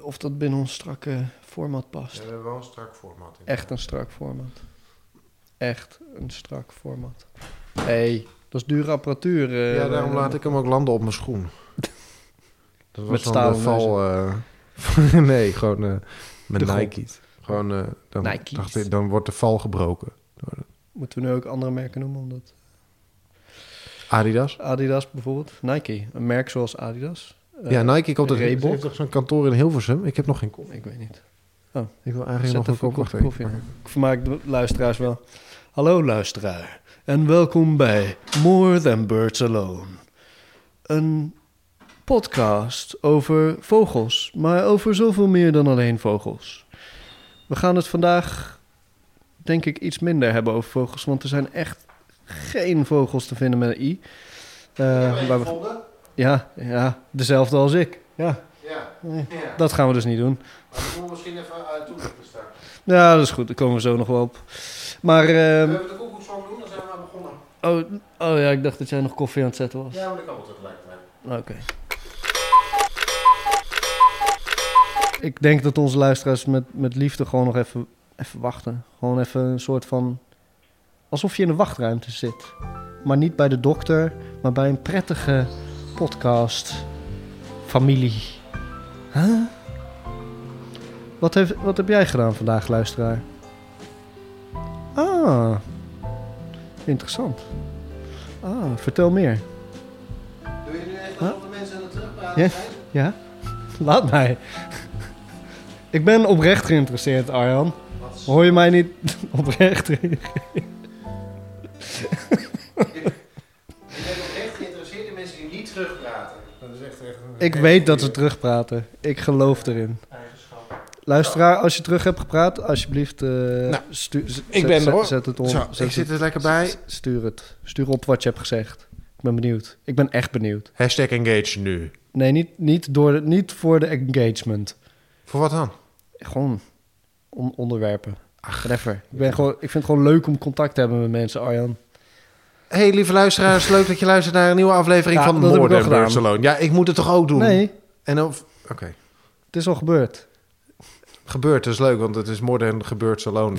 of dat binnen ons strakke format past. Ja, we hebben wel een strak format. Echt een strak format. Echt een strak format. Hey, dat is dure apparatuur. Ja, daarom laat ik hem ook landen op mijn schoen. Dat was Met dan stalen de val... nee, gewoon met De grond. Nike's. Gewoon, dan, Nike's. dacht ik, dan wordt de val gebroken. Moeten we nu ook andere merken noemen? Omdat Adidas? Adidas bijvoorbeeld. Nike, een merk zoals Adidas. Ja, Nike komt er. Reebok. Heeft toch zo'n kantoor in Hilversum? Ik heb nog geen koffie. Ik weet niet. Ik wil eigenlijk Zet nog een even kop koffie aan. Ik vermaak de luisteraars wel. Hallo luisteraar. En welkom bij More Than Birds Alone. Een podcast over vogels. Maar over zoveel meer dan alleen vogels. We gaan het vandaag, denk ik, iets minder hebben over vogels. Want er zijn echt geen vogels te vinden met een i. Ja, dezelfde als ik. Ja, dat gaan we dus niet doen. Maar ik moet misschien even toelichten straks. Ja, dat is goed. Daar komen we zo nog wel op. Maar... We hebben de koekoekzang doen, dan zijn we aan begonnen. Oh ja, ik dacht dat jij nog koffie aan het zetten was. Ja, maar dat kan wel tegelijkertijd. Oké. Ik denk dat onze luisteraars met liefde gewoon nog even wachten. Gewoon even een soort van... alsof je in een wachtruimte zit. Maar niet bij de dokter, maar bij een prettige podcast. Familie. Huh? Wat heb jij gedaan vandaag, luisteraar? Ah, interessant. Ah, vertel meer. Doe je nu echt alsof de mensen aan het terugpraten Ja? zijn? Ja? Laat mij. Ik ben oprecht geïnteresseerd, Arjan. Hoor je mij niet oprecht reageren? Je bent oprecht geïnteresseerd in mensen die niet terugpraten. Dat is echt Ik weet dat ze terugpraten. Ik geloof erin. eigenschap. Luisteraar, als je terug hebt gepraat, alsjeblieft ik ben er, hoor. Zet het om. Zo, ik zit er lekker bij. Stuur het. Stuur op wat je hebt gezegd. Ik ben benieuwd. Ik ben echt benieuwd. Hashtag engage nu. Nee, niet voor de engagement. Voor wat dan? Gewoon onderwerpen. Whatever. Ik vind het gewoon leuk om contact te hebben met mensen, Arjan. Hey, lieve luisteraars, leuk dat je luistert naar een nieuwe aflevering Ja, van dat heb More ik Than wel Birds gedaan. Alone. Ja, ik moet het toch ook doen? Nee, En dan... Oké. het is al gebeurd. Gebeurt, dat is leuk, want het is More Than Gebeurd Alone.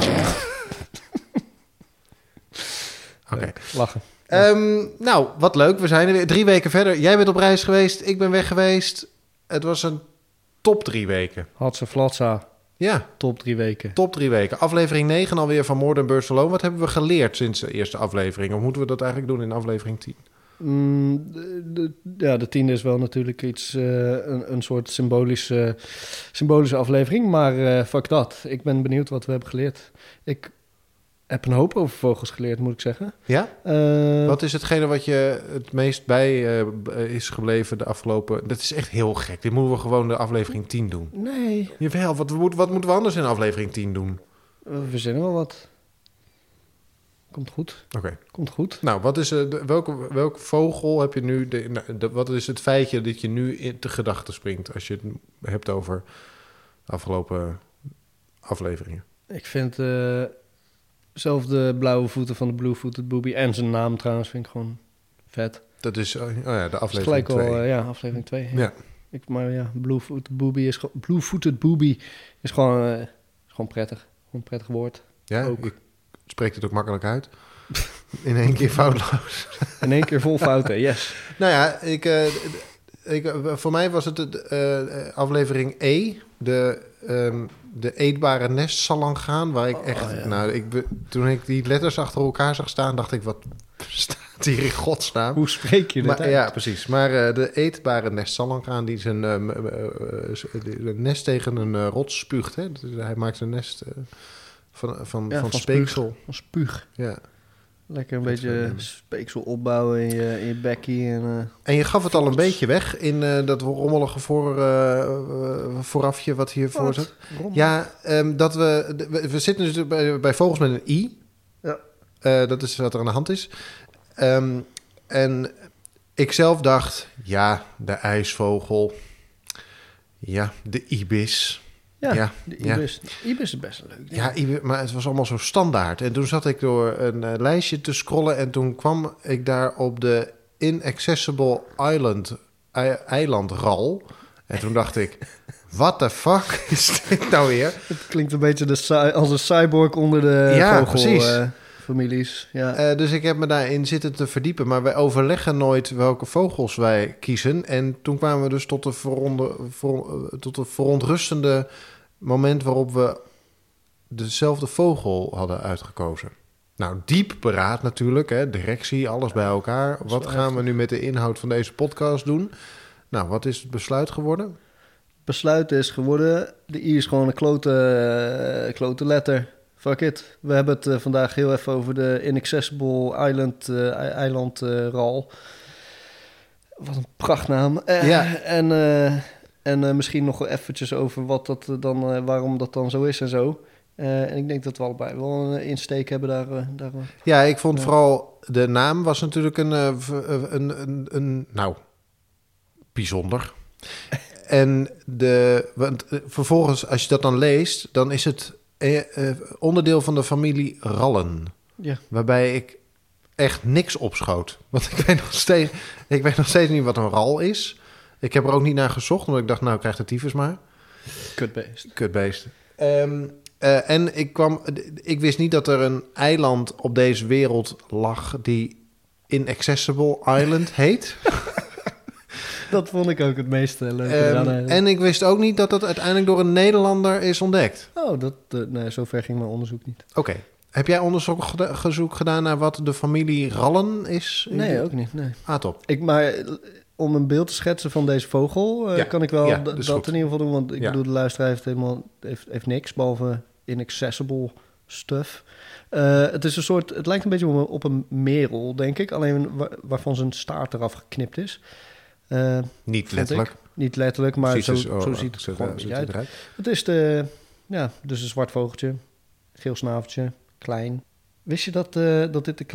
Oké. Lachen. Nou, wat leuk. We zijn er weer 3 weken verder. Jij bent op reis geweest, ik ben weg geweest. Het was een top 3 weken. Hatse Flatsa, Ja, top 3 weken. top 3 weken. Aflevering 9 alweer van More Than Birds Alone. Wat hebben we geleerd sinds de eerste aflevering? Of moeten we dat eigenlijk doen in aflevering 10? De 10e is wel natuurlijk iets, een soort symbolische aflevering. Maar fuck dat. Ik ben benieuwd wat we hebben geleerd. Ik heb een hoop over vogels geleerd, moet ik zeggen. Ja? Eh, Wat is hetgene wat je het meest bij is gebleven de afgelopen... Dat is echt heel gek. Dit moeten we gewoon de aflevering 10 doen. Nee, Jawel, wat moeten we anders in aflevering 10 doen? we verzinnen wel wat. Komt goed. Oké. Komt goed. Nou, wat is, welke vogel heb je nu... wat is het feitje dat je nu in de gedachten springt... als je het hebt over de afgelopen afleveringen? Ik vind zelf de blauwe voeten van de Blue-footed Booby... en zijn naam trouwens vind ik gewoon vet. Dat is de Dat is aflevering gelijk 2. al, aflevering 2. Ja. Maar ja, Blue-footed Booby is gewoon prettig. Gewoon een prettig woord. Ja, ook. ik spreek het ook makkelijk uit. In één keer foutloos. In één keer vol fouten, yes. Nou ja, voor mij was het aflevering E, de eetbare nestsalangaan, waar ik echt... ja. Nou, toen ik die letters achter elkaar zag staan, dacht ik, wat staat hier in godsnaam? Hoe spreek je dit Maar, uit? ja, precies. Maar de eetbare nestsalangaan, die zijn nest tegen een rots spuugt. Hè? Dus hij maakt zijn nest van speeksel. Van spuug. Ja. Lekker een Dat beetje vernemen. speeksel opbouwen in je bekkie. En je gaf het al een beetje weg in dat rommelige voorafje wat hiervoor zit. Ja, dat we zitten dus bij vogels met een i. Ja. Dat is wat er aan de hand is. En ik zelf dacht, ja, de ijsvogel. Ja, de ibis. Ja, Ja, de ibis. De ibis is best leuk. Ja, maar het was allemaal zo standaard. En toen zat ik door een lijstje te scrollen... en toen kwam ik daar op de Inaccessible eilandral. En toen dacht ik, what the fuck is dit nou weer? Het klinkt een beetje als een cyborg onder de vogelfamilies. Dus ik heb me daarin zitten te verdiepen. Maar wij overleggen nooit welke vogels wij kiezen. En toen kwamen we dus tot de verontrustende moment waarop we dezelfde vogel hadden uitgekozen. Nou, diep beraad natuurlijk, hè, directie, alles bij elkaar. Wat gaan we nu met de inhoud van deze podcast doen? Nou, wat is het besluit geworden? Besluit is geworden, de I is gewoon een klote letter. Fuck it. We hebben het vandaag heel even over de Inaccessible Island RAL. Wat een prachtnaam. En misschien nog eventjes over wat dat dan, waarom dat dan zo is en zo. En ik denk dat we allebei wel een insteek hebben daar. Ja, ik vond vooral de naam was natuurlijk een bijzonder. En want vervolgens, als je dat dan leest, dan is het onderdeel van de familie Rallen. Ja. Waarbij ik echt niks opschoot. Want ik weet nog steeds niet wat een ral is. Ik heb er ook niet naar gezocht, omdat ik dacht, nou, krijg de tyfus maar. Kutbeest. En ik wist niet dat er een eiland op deze wereld lag die Inaccessible Island heet. Dat vond ik ook het meest leuk. En ik wist ook niet dat dat uiteindelijk door een Nederlander is ontdekt. Oh, nee, zover ging mijn onderzoek niet. Oké. Heb jij onderzoek gedaan naar wat de familie Rallen is? Nee, ook niet. Nee. Top. Maar om een beeld te schetsen van deze vogel, kan ik wel dat in ieder geval doen. Want ik bedoel, de luisteraar heeft niks, behalve inaccessible stuff. Het is het lijkt een beetje op een merel, denk ik. Alleen waarvan zijn staart eraf geknipt is. Niet letterlijk. Niet letterlijk, maar zo ziet het er gewoon een beetje uit. Het is dus een zwart vogeltje, geel snaveltje, klein. Wist je dat dit de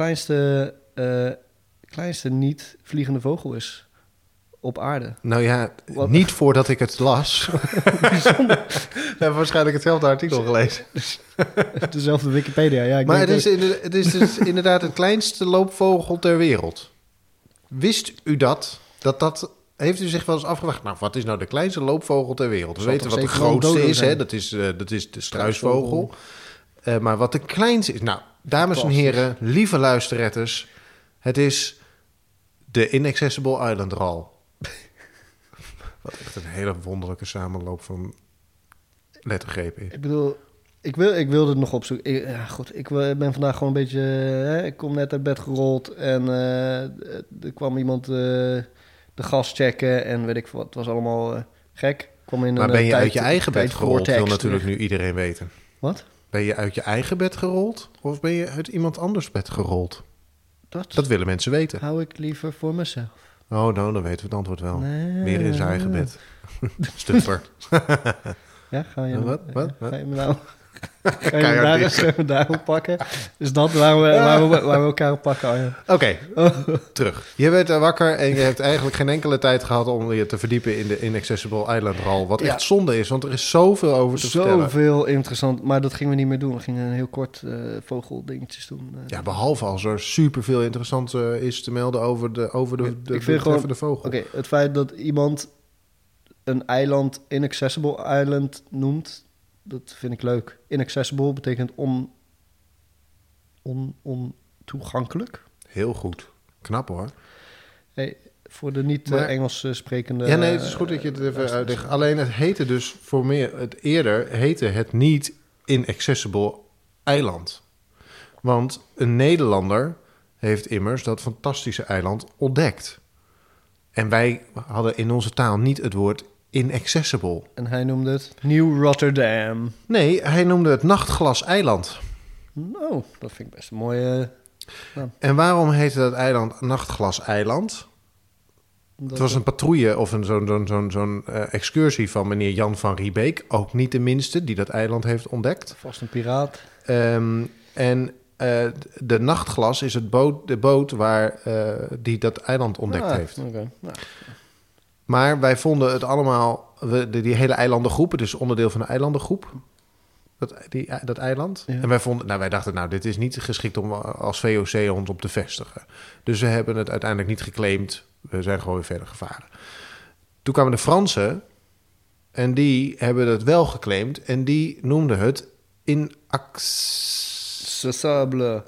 kleinste niet-vliegende vogel is op aarde? Nou ja, niet voordat ik het las. Bijzonder. We hebben waarschijnlijk hetzelfde artikel gelezen. Dezelfde Wikipedia, ja. Maar het is dus inderdaad het kleinste loopvogel ter wereld. Wist u dat? Heeft u zich wel eens afgevraagd? Nou, wat is nou de kleinste loopvogel ter wereld? We weten wat de grootste is, hè? Dat is de struisvogel. Maar wat de kleinste is... Nou, dames en heren, lieve luisterretters... Het is de Inaccessible Island RAL. Wat echt een hele wonderlijke samenloop van lettergrepen is. Ik bedoel, ik wilde het nog opzoeken. Ik ben vandaag gewoon een beetje... ik kom net uit bed gerold en er kwam iemand de gas checken en weet ik wat. Het was allemaal gek. Maar ben je uit je eigen bed gerold? Wil natuurlijk nu iedereen weten. Wat? Ben je uit je eigen bed gerold of ben je uit iemand anders bed gerold? Dat willen mensen weten. Hou ik liever voor mezelf. Oh, nou, dan weten we het antwoord wel. Nee. Meer in zijn eigen bed. Stuffer. Ja, ga je... Wat? Ga je me nou... Ga je me daar op pakken? Is dat waar we elkaar op pakken, Arjen? Oké, terug. Je werd wakker en je hebt eigenlijk geen enkele tijd gehad om je te verdiepen in de Inaccessible Island RAL. Wat echt zonde is, want er is zoveel over te vertellen. Zoveel interessant, maar dat gingen we niet meer doen. We gingen een heel kort vogeldingetjes doen. Ja, behalve als er superveel interessant is te melden over de betreffende vogel. Oké, het feit dat iemand een eiland Inaccessible Island noemt... Dat vind ik leuk. Inaccessible betekent ontoegankelijk. Heel goed. Knap hoor. Hey, voor de niet-Engels sprekende... Ja, nee, het is goed dat je het even uitlegt. Alleen het heette dus eerder heette het niet Inaccessible Eiland. Want een Nederlander heeft immers dat fantastische eiland ontdekt. En wij hadden in onze taal niet het woord inaccessible. En hij noemde het New Rotterdam. Nee, hij noemde het Nachtglas-eiland. Oh, dat vind ik best een mooie... En waarom heette dat eiland Nachtglas-eiland? Het was een patrouille of zo'n excursie van meneer Jan van Riebeek. Ook niet de minste, die dat eiland heeft ontdekt. Vast een piraat. De Nachtglas is de boot waar die dat eiland ontdekt heeft. Okay. Nou. Maar wij vonden het allemaal... Die hele eilandengroep, het is onderdeel van de eilandengroep. Dat eiland. Ja. En wij dachten, dit is niet geschikt om als VOC ons op te vestigen. Dus we hebben het uiteindelijk niet geclaimd. We zijn gewoon weer verder gevaren. Toen kwamen de Fransen En die hebben het wel geclaimd. En die noemden het Inaccessible.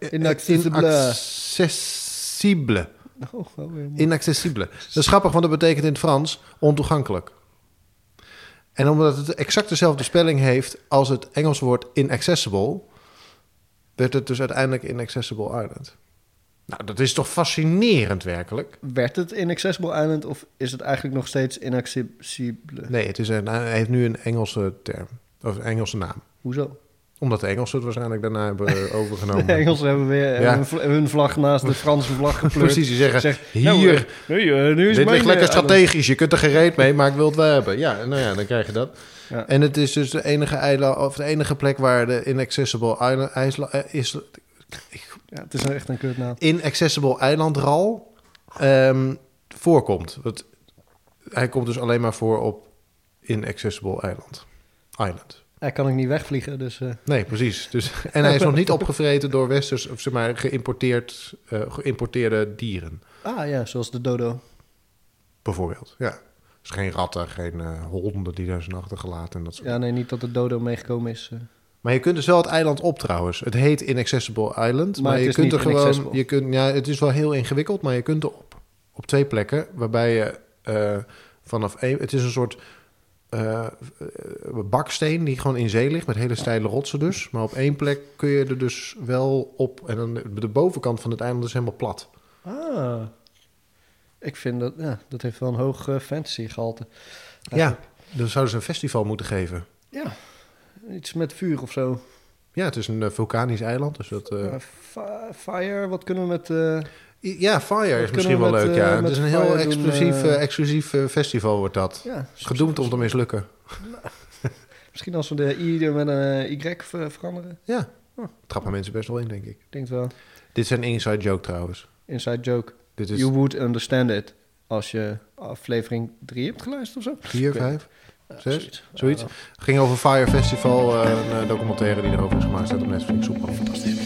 inaccessibele. Inaccessibele. Inaccessibele. Dat is grappig, want dat betekent in het Frans ontoegankelijk. En omdat het exact dezelfde spelling heeft als het Engelse woord inaccessible, werd het dus uiteindelijk Inaccessible Island. Nou, dat is toch fascinerend werkelijk? Werd het Inaccessible Island of is het eigenlijk nog steeds inaccessibele? Nee, hij heeft nu een Engelse term. Of een Engelse naam. Hoezo? Omdat de Engelsen het waarschijnlijk daarna hebben overgenomen. De Engelsen hebben weer hun vlag naast de Franse vlag gepleurd. Precies, die zeggen, nou, hier, nu is dit mijn ligt lekker strategisch. Je kunt er geen reet mee, maar ik wil het wel hebben. Ja, nou ja, dan krijg je dat. Ja. En het is dus de enige eiland, of de enige plek waar de Inaccessible Island is. Ja, het is echt een kutnaam. Inaccessible eilandral voorkomt. Hij komt dus alleen maar voor op Inaccessible Island. Hij kan ik niet wegvliegen, dus... Nee, precies. Dus, en hij is nog niet opgevreten door westers, of zeg maar geïmporteerde dieren. Ah ja, zoals de dodo. Bijvoorbeeld, ja. Dus geen ratten, geen honden die daar zijn achtergelaten en dat soort. Ja, nee, niet dat de dodo meegekomen is. Maar je kunt dus wel het eiland op trouwens. Het heet Inaccessible Island, maar je het is kunt niet er gewoon. inaccessible. Het is wel heel ingewikkeld, maar je kunt er op 2 plekken, waarbij je vanaf één. Het is een soort baksteen die gewoon in zee ligt met hele steile rotsen dus. Maar op 1 plek kun je er dus wel op. En dan de bovenkant van het eiland is helemaal plat. Ah. Ik vind dat... Ja, dat heeft wel een hoog fantasy gehalte. Ja, dan zouden ze een festival moeten geven. Ja, iets met vuur of zo. Ja, het is een vulkanisch eiland. Dus dat, Fire, wat kunnen we met... ja, Fire wat is misschien wel met, leuk, ja. Het met is een heel Fire exclusief festival wordt dat. Ja, Gedoemd om te mislukken. misschien als we de I er met een Y veranderen. Ja, trappen mensen best wel in, denk ik. Ik denk het wel. Dit is een inside joke trouwens. Inside joke. Dit is You would understand it als je aflevering 3 hebt geluisterd of zo. 4, 5, 6, zoiets. Ja. Ging over Fire Festival, een documentaire die erover is gemaakt. Staat op Netflix. Super fantastisch.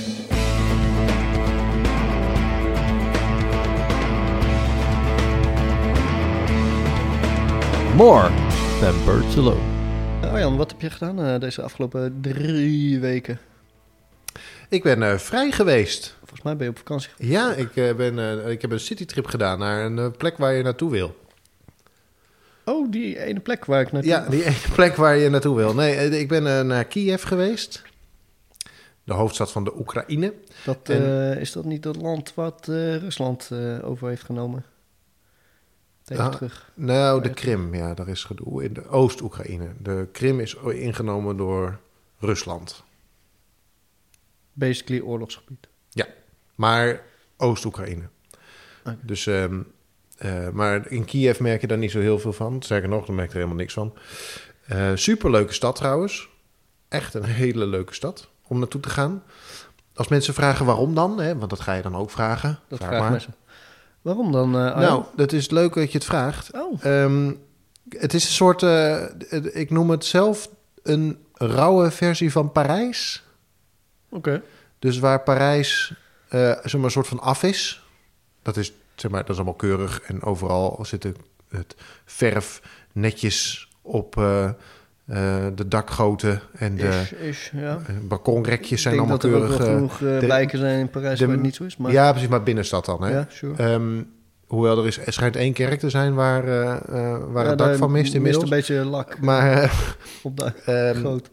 More than Birds Alone. Arjan, wat heb je gedaan deze afgelopen 3 weken? Ik ben vrij geweest. Volgens mij ben je op vakantie. Ja, ik heb een citytrip gedaan naar een plek waar je naartoe wil. Oh, die ene plek waar ik naartoe... Ja, die ene plek waar je naartoe wil. Nee, ik ben naar Kiev geweest. De hoofdstad van de Oekraïne. Is dat niet dat land wat Rusland over heeft genomen? Even terug. Nou, de Krim, ja, daar is gedoe. In de Oost-Oekraïne. De Krim is ingenomen door Rusland. Basically oorlogsgebied. Ja, maar Oost-Oekraïne. Okay. Dus, maar in Kiev merk je daar niet zo heel veel van. Sterker nog, dan merk je er helemaal niks van. Superleuke stad trouwens. Echt een hele leuke stad om naartoe te gaan. Als mensen vragen waarom dan, hè, want dat ga je dan ook vragen. Dat Vraag vragen maar. mensen. Waarom dan? Nou, dat is leuk dat je het vraagt. Oh. Het is een soort, ik noem het zelf een rauwe versie van Parijs. Oké. Dus waar Parijs zeg maar een soort van af is. Dat is, zeg maar, dat is allemaal keurig. En overal zit het verf netjes op de dakgoten. En de ja. balkonrekjes zijn Ik allemaal denk dat er keurig. ook wel genoeg wijken zijn in Parijs waar het niet zo is. Maar... Ja, precies, maar binnenstad dan. Hè? Ja, sure. Hoewel er schijnt 1 kerk te zijn waar het dak van mist inmiddels. Mist een beetje lak Maar op dak. Groot.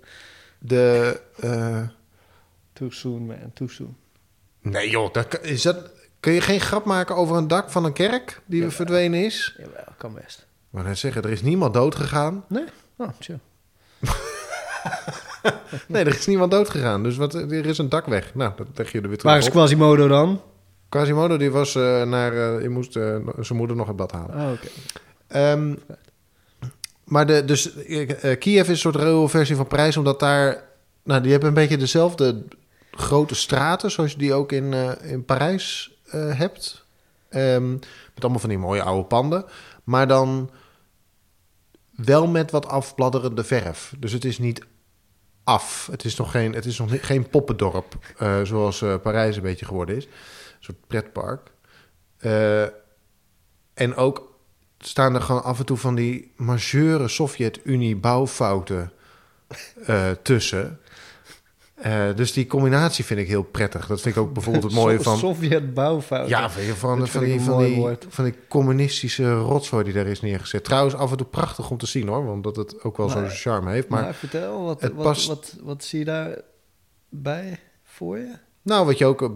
Too soon, man. Too soon. Nee joh, kun je geen grap maken over een dak van een kerk die verdwenen is? Jawel, kan best. Maar net zeggen, er is niemand dood gegaan. Nee? Oh, chill. Nee, er is niemand dood gegaan. Dus er is een dak weg. Nou, dat leg je er weer terug Waar is op. Quasimodo dan? Quasimodo, die was die moest zijn moeder nog het bad halen. Oh, oké. Maar Kiev is een soort ruwe versie van Parijs, omdat daar... Nou, die hebben een beetje dezelfde grote straten, zoals je die ook in Parijs hebt. Met allemaal van die mooie oude panden. Maar dan wel met wat afbladderende verf. Dus het is niet af. Het is nog geen poppendorp, zoals Parijs een beetje geworden is. Een soort pretpark. En ook staan er gewoon af en toe van die majeure Sovjet-Unie bouwfouten tussen. Dus die combinatie vind ik heel prettig. Dat vind ik ook bijvoorbeeld het mooie van... Sovjet-bouwfouten. Ja, van die communistische rotzooi die daar is neergezet. Trouwens, af en toe prachtig om te zien, hoor. Want dat het ook wel zo'n charme heeft. Maar vertel, wat zie je daarbij voor je? nou, wat je ook...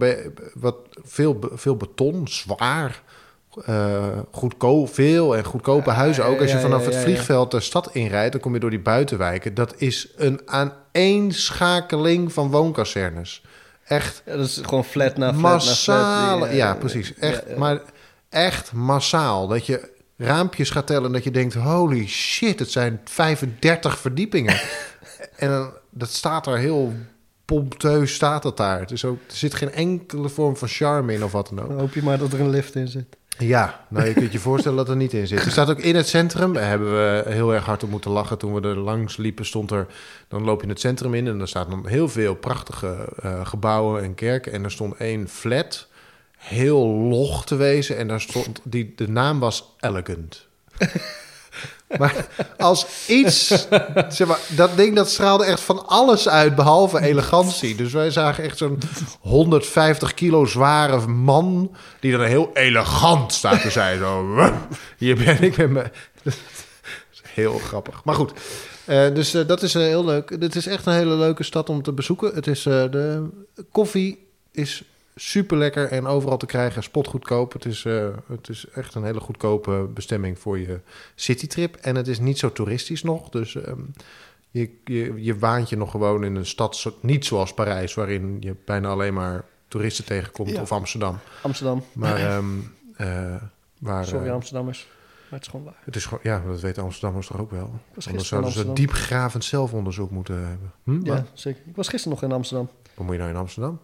Veel beton, zwaar... goedkoop, veel en goedkope huizen. Ook als je vanaf het vliegveld de stad inrijdt... dan kom je door die buitenwijken. Dat is een aaneenschakeling van woonkazernes. Echt. Ja, dat is gewoon flat na flat massale, na flat. ja, precies. Echt, maar echt massaal. Dat je raampjes gaat tellen en dat je denkt... holy shit, het zijn 35 verdiepingen. En dan, dat staat er heel... pompeus staat dat daar. Het is ook, er zit geen enkele vorm van charme in of wat dan ook. Dan hoop je maar dat er een lift in zit. Ja, nou je kunt je voorstellen dat er niet in zit. Er staat ook in het centrum, daar hebben we heel erg hard op moeten lachen toen we er langs liepen, dan loop je in het centrum in en er staan dan heel veel prachtige gebouwen en kerken. En er stond één flat, heel log te wezen en daar stond, de naam was Elegant. Maar als iets, zeg maar, dat ding dat straalde echt van alles uit behalve elegantie. Dus wij zagen echt zo'n 150 kilo zware man die dan heel elegant staat te zijn. Zo, hier ben ik met me. Heel grappig. Maar goed, dus dat is heel leuk. Dit is echt een hele leuke stad om te bezoeken. Het is, de koffie is super lekker en overal te krijgen, spotgoedkoop. Het is echt een hele goedkope bestemming voor je citytrip. En het is niet zo toeristisch nog. Dus je waant je nog gewoon in een stad, niet zoals Parijs, waarin je bijna alleen maar toeristen tegenkomt. Ja. Of Amsterdam. Maar sorry Amsterdammers, maar het is gewoon waar. Het is gewoon, ja, dat weten Amsterdammers toch ook wel. Anders zouden ze diepgravend zelfonderzoek moeten hebben. Ja, zeker. Ik was gisteren nog in Amsterdam. Wat moet je nou in Amsterdam?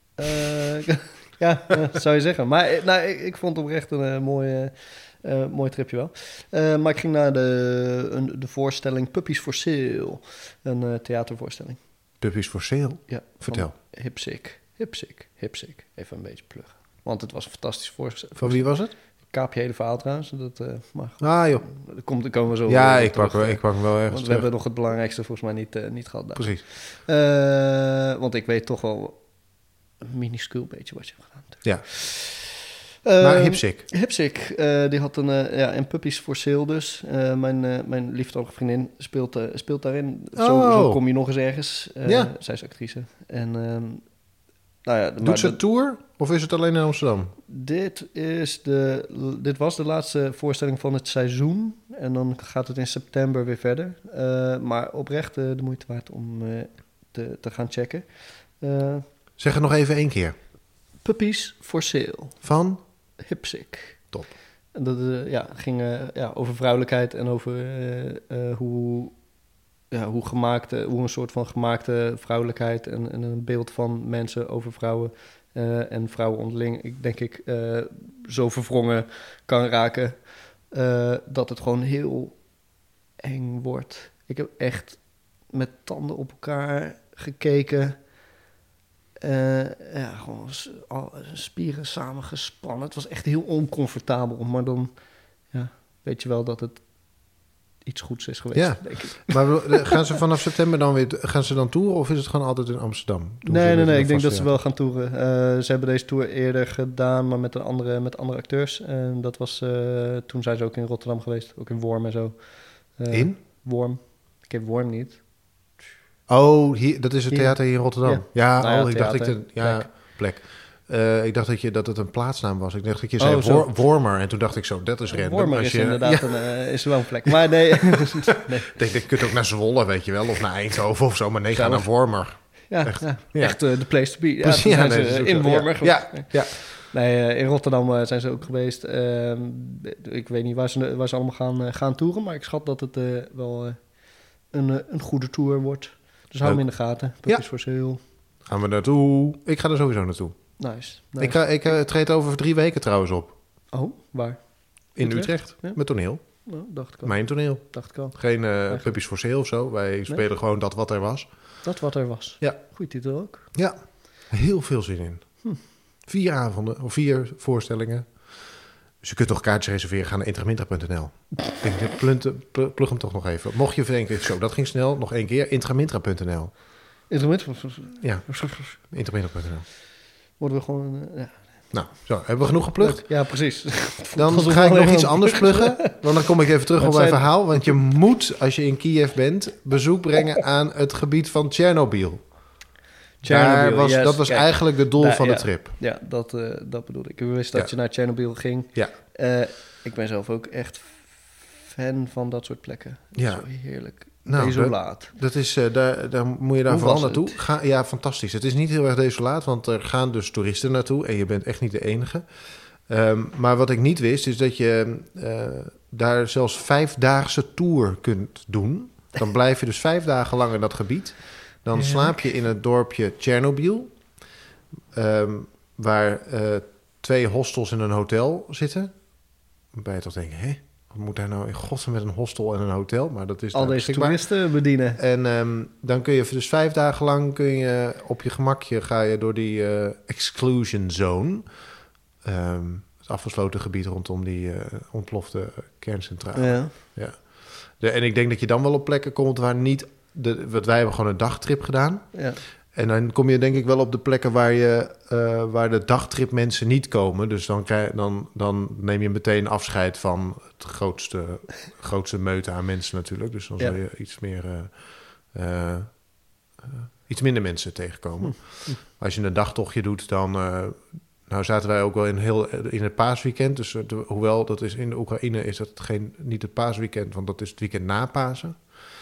Ja, zou je zeggen. Maar ik vond het oprecht een mooi tripje wel. Maar ik ging naar de voorstelling Puppies for Sale. Een theatervoorstelling. Puppies for Sale? Ja. Vertel. Hipsick. Even een beetje pluggen. Want het was een fantastische voorstelling. Van wie was het? Ik kaap je hele verhaal trouwens. Dat mag. Joh. Dat komen we zo. Ja, ik pak hem wel ergens. Want we hebben nog het belangrijkste volgens mij niet gehad. Daar. Precies. Want ik weet toch wel een minuscuul beetje wat je hebt gedaan. Ja. Maar Hipsick, die had een Puppies for Sale dus. Mijn lieftallige vriendin speelt daarin. Zo kom je nog eens ergens. Zij is actrice. En doet ze tour of is het alleen in Amsterdam? Dit was de laatste voorstelling van het seizoen. En dan gaat het in september weer verder. Maar oprecht de moeite waard om te gaan checken. Zeg het nog even 1 keer. Puppies for Sale. Van? Hipsick. Top. En dat ging over vrouwelijkheid en over hoe een soort van gemaakte vrouwelijkheid en een beeld van mensen over vrouwen en vrouwen onderling, denk ik, zo verwrongen kan raken dat het gewoon heel eng wordt. Ik heb echt met tanden op elkaar gekeken. Gewoon spieren samengespannen. Het was echt heel oncomfortabel. Maar dan weet je wel dat het iets goeds is geweest, denk ik. Maar gaan ze vanaf september dan weer... Gaan ze dan toeren of is het gewoon altijd in Amsterdam? Nee. Ik denk dat ze wel gaan toeren. Ze hebben deze tour eerder gedaan, maar met andere acteurs. En dat was... toen zijn ze ook in Rotterdam geweest. Ook in Worm en zo. In? Worm. Ik heb Worm niet. Oh, dat is het theater hier in Rotterdam. Ja, ik dacht plek. Ik dacht dat het een plaatsnaam was. Ik dacht dat je zei Wormer. En toen dacht ik zo, dat is random. Wormer is inderdaad is wel een plek. Maar nee. Ik je kunt ook naar Zwolle, weet je wel. Of naar Eindhoven of zo. Maar nee, ga naar Wormer. Echt de place to be. In Wormer. Ja. Nee, in Rotterdam zijn ze ook geweest. Ik weet niet waar ze allemaal gaan toeren. Maar ik schat dat het wel een goede tour wordt. Dus hou hem in de gaten. Puppies for Sale. Gaan we naartoe? Ik ga er sowieso naartoe. Nice. Ik treed over 3 weken trouwens op. Oh, waar? In Utrecht. Ja? Met toneel. Oh, dacht ik al. Mijn toneel. Dacht ik al. Geen Puppies for Sale of zo. Wij spelen gewoon dat wat er was. Dat wat er was. Ja. Goeie titel ook. Ja. Heel veel zin in. 4 avonden of 4 voorstellingen. Dus je kunt toch kaartjes reserveren, ga naar intramintra.nl. Plug hem toch nog even. Mocht je denken, zo, dat ging snel, nog 1 keer, intramintra.nl. Ja, intramintra.nl. Worden we gewoon... Nou, zo, hebben we genoeg geplukt? Ja, precies. Dan ga ik nog iets anders pluggen. Want dan kom ik even terug op mijn verhaal. Want je moet, als je in Kiev bent, bezoek brengen aan het gebied van Tsjernobyl. Dat was eigenlijk het doel van de trip. Ja, dat bedoelde ik. Ik wist dat je naar Tsjernobyl ging. Ja. Ik ben zelf ook echt fan van dat soort plekken. Ja. Zo heerlijk. Nou, desolaat. Dat is, daar moet je daar vooral naartoe. Ja, fantastisch. Het is niet heel erg desolaat, want er gaan dus toeristen naartoe. En je bent echt niet de enige. Maar wat ik niet wist, is dat je daar zelfs 5-daagse tour kunt doen. Dan blijf je dus 5 dagen lang in dat gebied. Dan slaap je in het dorpje Tsjernobyl, waar 2 hostels in een hotel zitten. Waarbij je toch denkt, wat moet daar nou in godsnaam met een hostel en een hotel? Maar dat is al deze toeristen bedienen. En dan kun je dus 5 dagen lang kun je op je gemakje ga je door die exclusion zone. Het afgesloten gebied rondom die ontplofte kerncentrale. Ja. En ik denk dat je dan wel op plekken komt waar niet... Want wij hebben gewoon een dagtrip gedaan. Ja. En dan kom je denk ik wel op de plekken waar de dagtrip mensen niet komen. Dus dan neem je meteen afscheid van het grootste meute aan mensen natuurlijk. Dus dan zal je iets minder mensen tegenkomen. Als je een dagtochtje doet, dan... nou zaten wij ook wel in het paasweekend. Dus hoewel dat is in de Oekraïne is dat niet het paasweekend, want dat is het weekend na Pasen.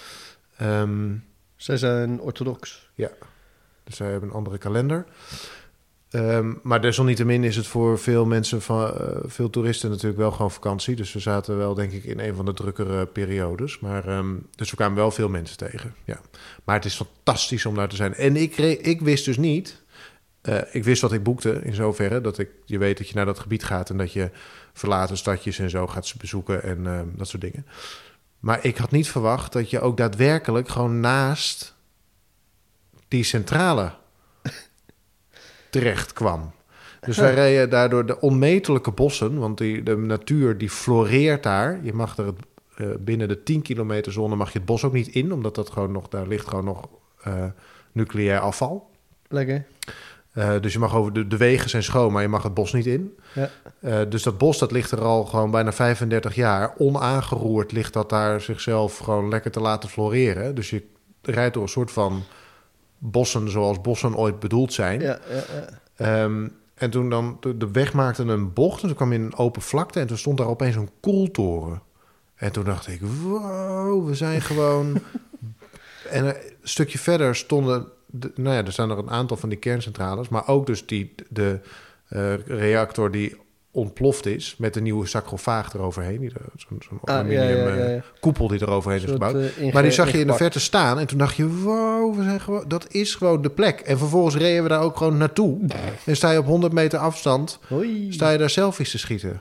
Zij zijn orthodox. Ja, dus zij hebben een andere kalender. Maar desalniettemin is het voor veel mensen, veel toeristen natuurlijk wel gewoon vakantie. Dus we zaten wel denk ik in een van de drukkere periodes. Maar, dus we kwamen wel veel mensen tegen. Ja. Maar het is fantastisch om daar te zijn. En ik wist dus niet... ik wist wat ik boekte in zoverre. Je weet dat je naar dat gebied gaat en dat je verlaten stadjes en zo gaat bezoeken en dat soort dingen. Maar ik had niet verwacht dat je ook daadwerkelijk gewoon naast die centrale terecht kwam. Dus wij reden daardoor de onmetelijke bossen, want de natuur die floreert daar. Je mag er binnen de 10 kilometer zone mag je het bos ook niet in, omdat dat gewoon nog, daar ligt gewoon nog nucleair afval. Lekker. Dus je mag over de wegen zijn schoon, maar je mag het bos niet in. Ja. Dus dat bos dat ligt er al gewoon bijna 35 jaar. Onaangeroerd ligt dat daar zichzelf gewoon lekker te laten floreren. Dus je rijdt door een soort van bossen zoals bossen ooit bedoeld zijn. Ja. En toen dan de weg maakte een bocht en toen kwam je in een open vlakte en toen stond daar opeens een koeltoren. En toen dacht ik, wow, we zijn gewoon... En een stukje verder stonden... er staan er een aantal van die kerncentrales, maar ook dus de reactor die ontploft is met een nieuwe sarcofaag eroverheen. Zo'n aluminium koepel die eroverheen is gebouwd. Maar die zag je in de verte staan en toen dacht je, wow, we zijn gewoon, dat is gewoon de plek. En vervolgens reden we daar ook gewoon naartoe. En sta je op 100 meter afstand, sta je daar selfies te schieten.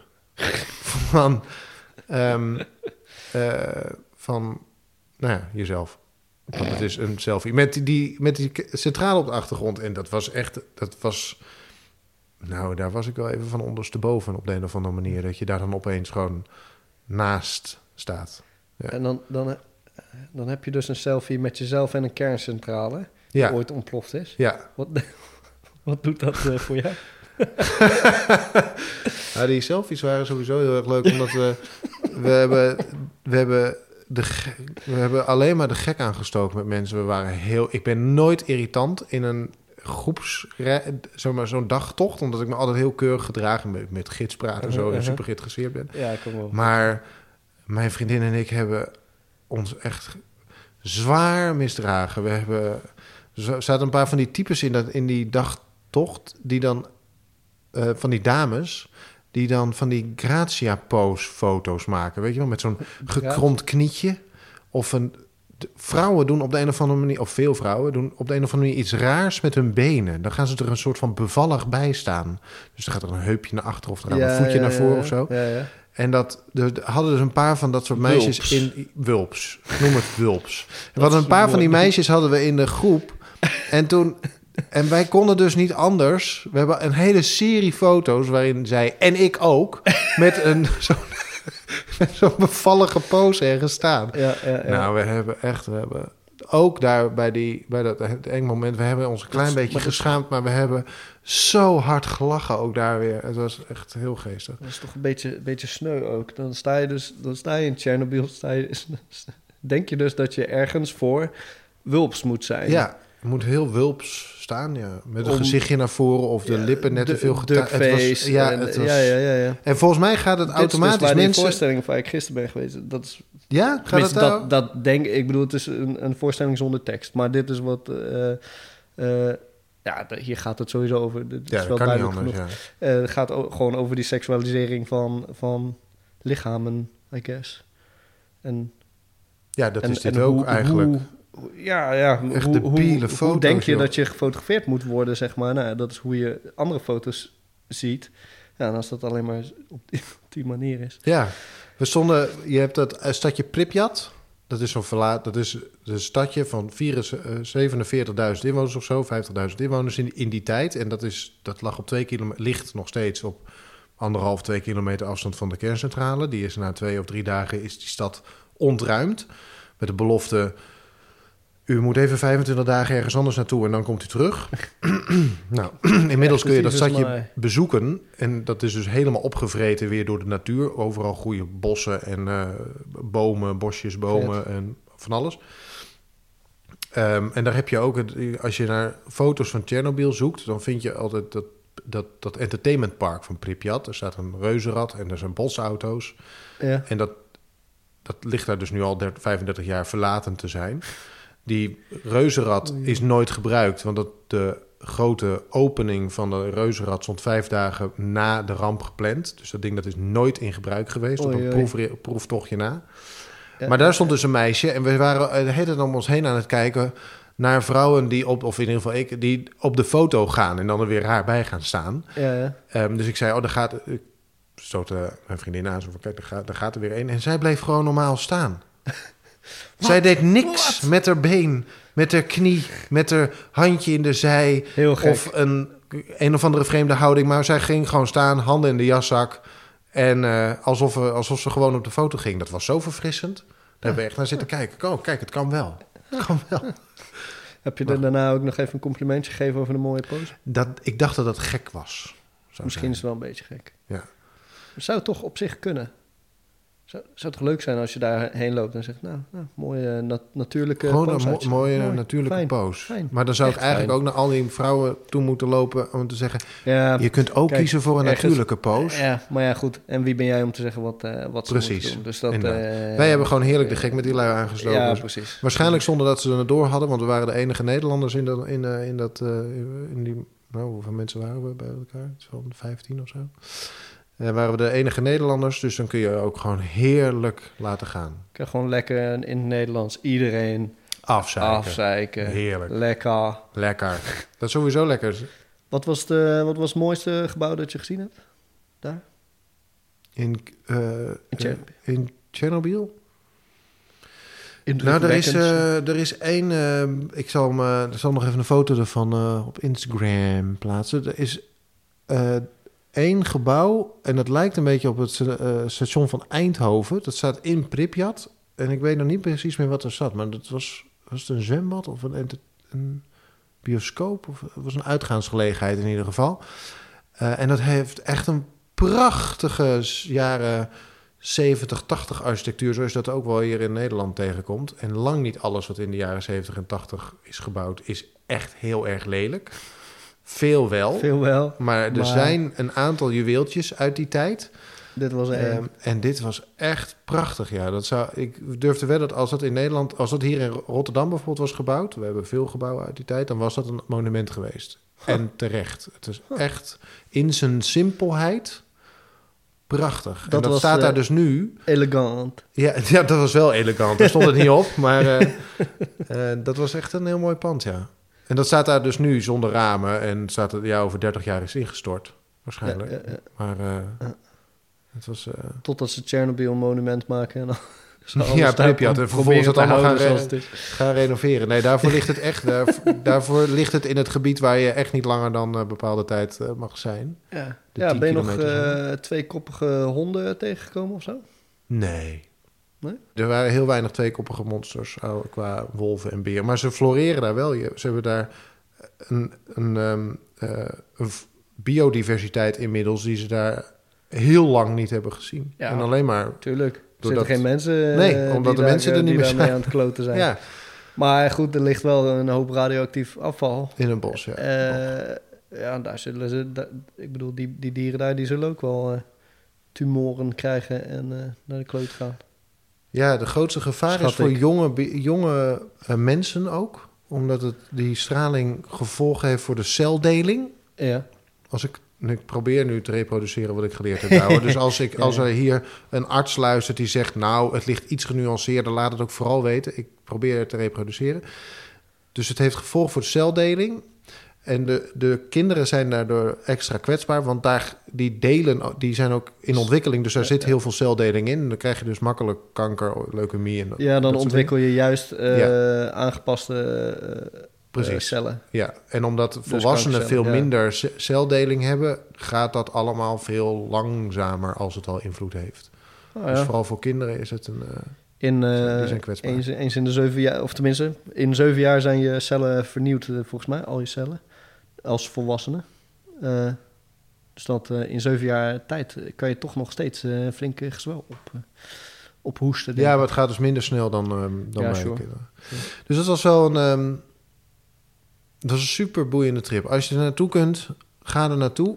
van jezelf. Want het is een selfie. Met die centrale op de achtergrond. En dat was... Nou, daar was ik wel even van ondersteboven op de een of andere manier. Dat je daar dan opeens gewoon naast staat. Ja. En dan heb je dus een selfie met jezelf en een kerncentrale. Die ooit ontploft is. Ja. Wat doet dat voor jou? Nou, die selfies waren sowieso heel erg leuk. Omdat we hebben alleen maar de gek aangestoken met mensen. Ik ben nooit irritant in een zo'n dagtocht, omdat ik me altijd heel keurig gedrag met gids praten en zo en super geïnteresseerd ben. Ja, kom wel. Maar mijn vriendin en ik hebben ons echt zwaar misdragen. Er zaten een paar van die types in die dagtocht die dan van die dames die dan van die Grazia-pose-foto's maken. Weet je wel, met zo'n gekromd knietje. Of vrouwen doen op de een of andere manier... of veel vrouwen doen op de een of andere manier iets raars met hun benen. Dan gaan ze er een soort van bevallig bij staan. Dus dan gaat er een heupje naar achter of er gaat een voetje naar voren of zo. Ja. En hadden dus een paar van dat soort meisjes in... Wulps. Noem het wulps. We hadden een paar van die meisjes hadden we in de groep. En toen En wij konden dus niet anders. We hebben een hele serie foto's waarin zij, en ik ook, met zo'n bevallige pose ergens staan. Ja. Nou, we hebben ook daar bij dat eng moment, we hebben ons een klein beetje geschaamd, maar we hebben zo hard gelachen ook daar weer. Het was echt heel geestig. Dat is toch een beetje sneu ook. Dan sta je in Tsjernobyl, denk je dus dat je ergens voor wulps moet zijn. Ja, je moet heel wulps staan, ja. Met een gezichtje naar voren of de lippen net te veel duckface. Ja. En volgens mij gaat het automatisch dus mensen... die voorstelling waar ik gisteren ben geweest, dat is... Ja, gaat het daar? Dat denk ik. Ik bedoel, het is een voorstelling zonder tekst. Maar dit is wat... hier gaat het sowieso over. Dit is wel kan niet duidelijk anders, genoeg. ja. Het gaat gewoon over die seksualisering van lichamen, I guess. En Ja, dat is dit en ook eigenlijk. Echt debiele foto's, hoe denk je joh. dat je gefotografeerd moet worden, zeg maar? Nou, dat is hoe je andere foto's ziet. Ja, en als dat alleen maar op die manier is. Ja, je hebt dat stadje Pripyat. Dat is dat is een stadje van 47.000 inwoners of zo, 50.000 inwoners in die tijd. En dat lag op 2 kilometer, ligt nog steeds op 2 kilometer afstand van de kerncentrale. Die is na 2 of 3 dagen is die stad ontruimd. Met de belofte, u moet even 25 dagen ergens anders naartoe en dan komt u terug. Nou, inmiddels kun je dat stadje bezoeken. En dat is dus helemaal opgevreten weer door de natuur. Overal groeien bossen en bosjes, bomen en van alles. En daar heb je ook, als je naar foto's van Tsjernobyl zoekt, dan vind je altijd dat entertainmentpark van Pripyat. Er staat een reuzenrad en er zijn bosauto's. Ja. En dat ligt daar dus nu al 35 jaar verlaten te zijn. Die reuzenrad is nooit gebruikt, want de grote opening van de reuzenrad stond 5 dagen na de ramp gepland. Dus dat ding dat is nooit in gebruik geweest, op een proeftochtje na. Ja. Maar daar stond dus een meisje en we waren de hele tijd om ons heen aan het kijken naar vrouwen die die op de foto gaan en dan er weer haar bij gaan staan. Ja. Dus ik zei, ik stootte mijn vriendin aan, zo van, kijk, daar gaat er weer een. En zij bleef gewoon normaal staan. Zij deed niks met haar been, met haar knie, met haar handje in de zij. Heel gek. Of een of andere vreemde houding. Maar zij ging gewoon staan, handen in de jaszak. En alsof ze gewoon op de foto ging. Dat was zo verfrissend. Daar hebben we echt naar zitten kijken. Oh, kijk, het kan wel. Het kan wel. Heb je er daarna ook nog even een complimentje gegeven over de mooie pose? Ik dacht dat gek was. Misschien is het wel een beetje gek. Ja. Zou het toch op zich kunnen? Zou het toch leuk zijn als je daarheen loopt en zegt, nou mooie natuurlijke gewoon pose. Een mooie natuurlijke fijn, pose. Fijn. Maar dan zou Echt ik eigenlijk fijn. ook naar al die vrouwen toe moeten lopen om te zeggen, ja, je kunt ook kiezen voor een natuurlijke pose. Ja, maar ja, goed. En wie ben jij om te zeggen wat ze moeten doen? Dus dat, wij hebben gewoon heerlijk de gek met die lui aangesloten. Ja, precies. Waarschijnlijk zonder dat ze er door hadden, want we waren de enige Nederlanders in die... Nou, hoeveel mensen waren we bij elkaar? Zo'n 15 of zo. Waren we de enige Nederlanders, dus dan kun je ook gewoon heerlijk laten gaan. Ik kan gewoon lekker in het Nederlands iedereen afzeiken. Heerlijk. Lekker. Dat is sowieso lekker. Wat was het mooiste gebouw dat je gezien hebt? Daar? In Tsjernobyl? Nou, er is één... ik zal nog even een foto ervan op Instagram plaatsen. Er is... 1 gebouw, en dat lijkt een beetje op het station van Eindhoven. Dat staat in Pripyat. En ik weet nog niet precies meer wat er zat. Maar was het een zwembad of een bioscoop? Of het was een uitgaansgelegenheid in ieder geval. En dat heeft echt een prachtige jaren 70, 80 architectuur. Zoals dat ook wel hier in Nederland tegenkomt. En lang niet alles wat in de jaren 70 en 80 is gebouwd is echt heel erg lelijk. Veel wel. Maar er zijn een aantal juweeltjes uit die tijd. Dit was en dit was echt prachtig, ja. Ik durf te wedden dat als dat in Nederland... Als dat hier in Rotterdam bijvoorbeeld was gebouwd... We hebben veel gebouwen uit die tijd... Dan was dat een monument geweest. En terecht. Het is echt in zijn simpelheid prachtig. Dat staat daar dus nu... Elegant. Ja, dat was wel elegant. Daar stond het niet op. Maar dat was echt een heel mooi pand, ja. En dat staat daar dus nu zonder ramen en staat het over 30 jaar is ingestort, waarschijnlijk. Ja. Maar het was... Totdat ze Tsjernobyl een monument maken en dan Ja, Pripyat. En vervolgens dat allemaal gaan gaan renoveren. Nee, daarvoor ligt het echt. Daarvoor ligt het in het gebied waar je echt niet langer dan bepaalde tijd mag zijn. Ja, De ja 10 ben je nog kilometer tweekoppige honden tegengekomen of zo? Nee. Nee? Er waren heel weinig tweekoppige monsters qua wolven en beren. Maar ze floreren daar wel. Ze hebben daar een biodiversiteit inmiddels die ze daar heel lang niet hebben gezien. Ja, en alleen maar... Tuurlijk. Er Doordat- zitten geen mensen Nee, omdat de mensen er niet meer daarmee zijn. aan het kloten zijn. Ja, Maar goed, er ligt wel een hoop radioactief afval. in een bos, ja. Ja, daar zullen ze... ik bedoel, die dieren daar, die zullen ook wel tumoren krijgen en naar de kloot gaan. Ja, de grootste gevaar Schat is voor ik. jonge mensen ook. Omdat die straling gevolgen heeft voor de celdeling. Ja. Ik probeer nu te reproduceren wat ik geleerd heb. Douwe. Dus als er hier een arts luistert die zegt... nou, het ligt iets genuanceerder, laat het ook vooral weten. Ik probeer het te reproduceren. Dus het heeft gevolg voor de celdeling. En de kinderen zijn daardoor extra kwetsbaar... want die delen die zijn ook in ontwikkeling... dus daar zit heel veel celdeling in. En dan krijg je dus makkelijk kanker, leukemie... En Ja, dan dat soort ontwikkel je juist aangepaste Precies. cellen. Ja, en omdat Dus volwassenen veel kankercellen, ja. minder celdeling hebben... gaat dat allemaal veel langzamer als het al invloed heeft. Oh, Dus ja. vooral voor kinderen is het een... Die zijn kwetsbaar. eens in de 7 jaar, of tenminste, in 7 jaar zijn je cellen vernieuwd, volgens mij, al je cellen, als volwassene. Dus dat in 7 jaar tijd kan je toch nog steeds flink gezwel ophoesten. denk Ja, ik. maar het gaat dus minder snel dan bij sure. kinderen. Dus dat was wel dat was een super boeiende trip. Als je er naartoe kunt, ga er naartoe.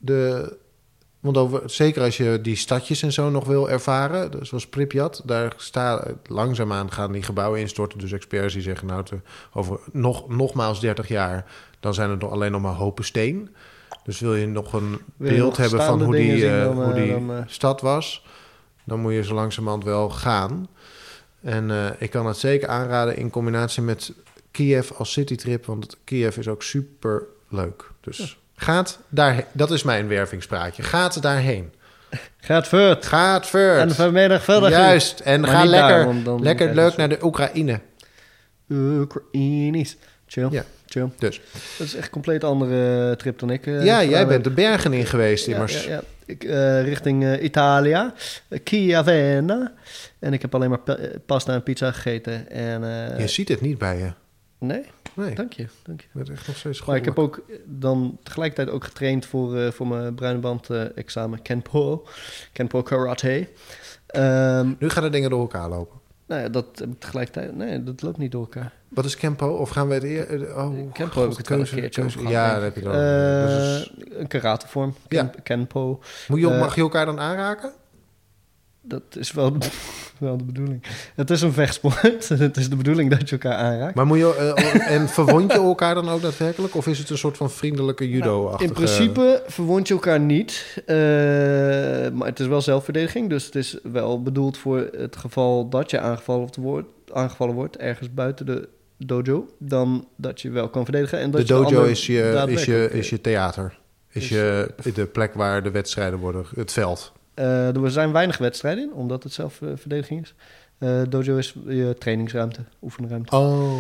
Zeker als je die stadjes en zo nog wil ervaren. Dus zoals Pripyat, daar langzaamaan gaan die gebouwen instorten. Dus experts die zeggen, nou, over nogmaals 30 jaar... dan zijn het alleen nog maar hopen steen. Dus wil je nog een beeld hebben van hoe die stad was... dan moet je zo langzamerhand wel gaan. En ik kan het zeker aanraden in combinatie met Kiev als citytrip... want Kiev is ook super leuk. Dus gaat daarheen. Dat is mijn wervingspraatje. Gaat daarheen. Gaat voort. Gaat voort. En vanmiddag verder. Juist. En Maar ga niet lekker, daar, want dan lekker krijg je leuk zo- naar de Oekraïne. Oekraïnisch. Chill. Ja. Chill. Dus. Dat is echt een compleet andere trip dan ik. Jij bent de bergen in geweest, immers. Ja. Ik, richting Italië, Chiavenna. En ik heb alleen maar pasta en pizza gegeten. En, Je ziet het niet bij je. Nee, Nee, dank je. je bent echt nog steeds Maar ik heb goddelijk. ook dan tegelijkertijd ook getraind voor mijn bruine band examen Kenpo Karate. Nu gaan de dingen door elkaar lopen. Nou ja, dat heb ik tegelijkertijd... Nee, dat loopt niet door elkaar. Wat is Kenpo? Of gaan we het Kenpo heb ik het wel een keertje over gehad, Ja, denk dat heb je ik. dan. Dus Een karatevorm. Ja. Kenpo. mag je elkaar dan aanraken? Dat is wel de bedoeling. Het is een vechtsport. Het is de bedoeling dat je elkaar aanraakt. Maar moet je, en verwond je elkaar dan ook daadwerkelijk? Of is het een soort van vriendelijke judo-achtige... In principe verwond je elkaar niet. Maar het is wel zelfverdediging. Dus het is wel bedoeld voor het geval dat je aangevallen wordt ergens buiten de dojo. Dan dat je wel kan verdedigen. En dat De dojo ander is je theater. Is de plek waar de wedstrijden worden, het veld. Er zijn weinig wedstrijden in, omdat het zelfverdediging is. Dojo is je trainingsruimte, oefenruimte. Oh.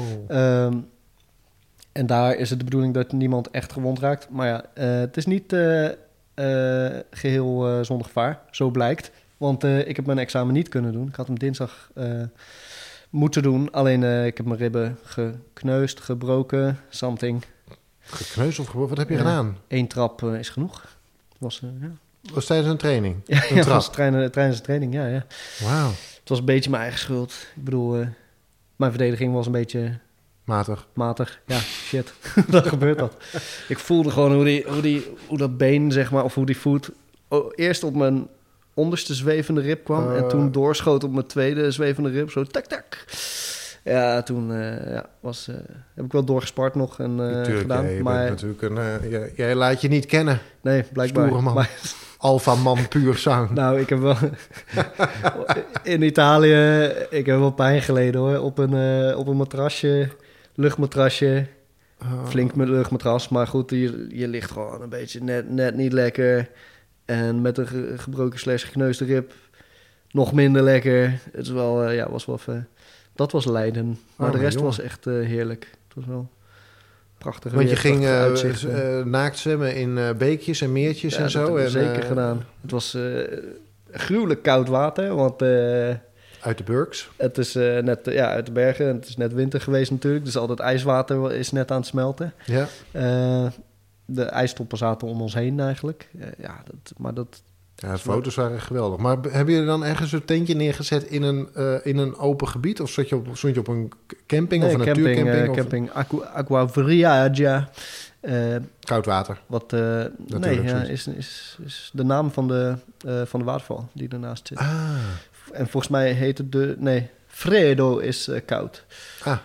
En daar is het de bedoeling dat niemand echt gewond raakt. Maar ja, het is niet geheel zonder gevaar, zo blijkt. Want ik heb mijn examen niet kunnen doen. Ik had hem dinsdag moeten doen. Alleen ik heb mijn ribben gekneusd, gebroken, something. Gekneusd of wat heb je gedaan? 1 trap is genoeg. Was Was tijdens een training? ja, Een trap? was tijdens de training, ja. Wauw. Het was een beetje mijn eigen schuld. Ik bedoel, mijn verdediging was een beetje Matig. matig. Ja, shit. Dan gebeurt dat. Ik voelde gewoon hoe dat been, zeg maar, of hoe die voet eerst op mijn onderste zwevende rib kwam en toen doorschoot op mijn tweede zwevende rib. Zo tak, tak. Ja, toen heb ik wel doorgespart nog en gedaan. Je maar bent natuurlijk jij laat je niet kennen. nee, blijkbaar. Stoere man. Maar, Alpha man puur zang. nou, ik heb wel in Italië, ik heb wel pijn geleden hoor. Op een matrasje, luchtmatrasje. Flink met luchtmatras, maar goed, je ligt gewoon een beetje net niet lekker. En met een gebroken / gekneusde rib nog minder lekker. Het is wel, was wel even... Dat was lijden. Maar Arme de rest jongen. was echt heerlijk. Het was wel prachtig. Want je ging uitzichten. naakt zwemmen in beekjes en meertjes Ja, en zo. dat hebben we en, zeker gedaan. Het was gruwelijk koud water, want Uit de Burks. het is net uit de bergen. En het is net winter geweest natuurlijk, dus al dat ijswater is net aan het smelten. Ja. De ijstoppen zaten om ons heen eigenlijk. Maar dat... Ja, de foto's waren geweldig. Maar hebben jullie dan ergens een tentje neergezet in een open gebied? Of stond je op een camping of een natuurcamping? Of camping Aqua Vriaja. koud water. Wat Natuurlijk, is de naam van de waterval die ernaast zit. Ah. En volgens mij heet het Fredo is koud. Ah.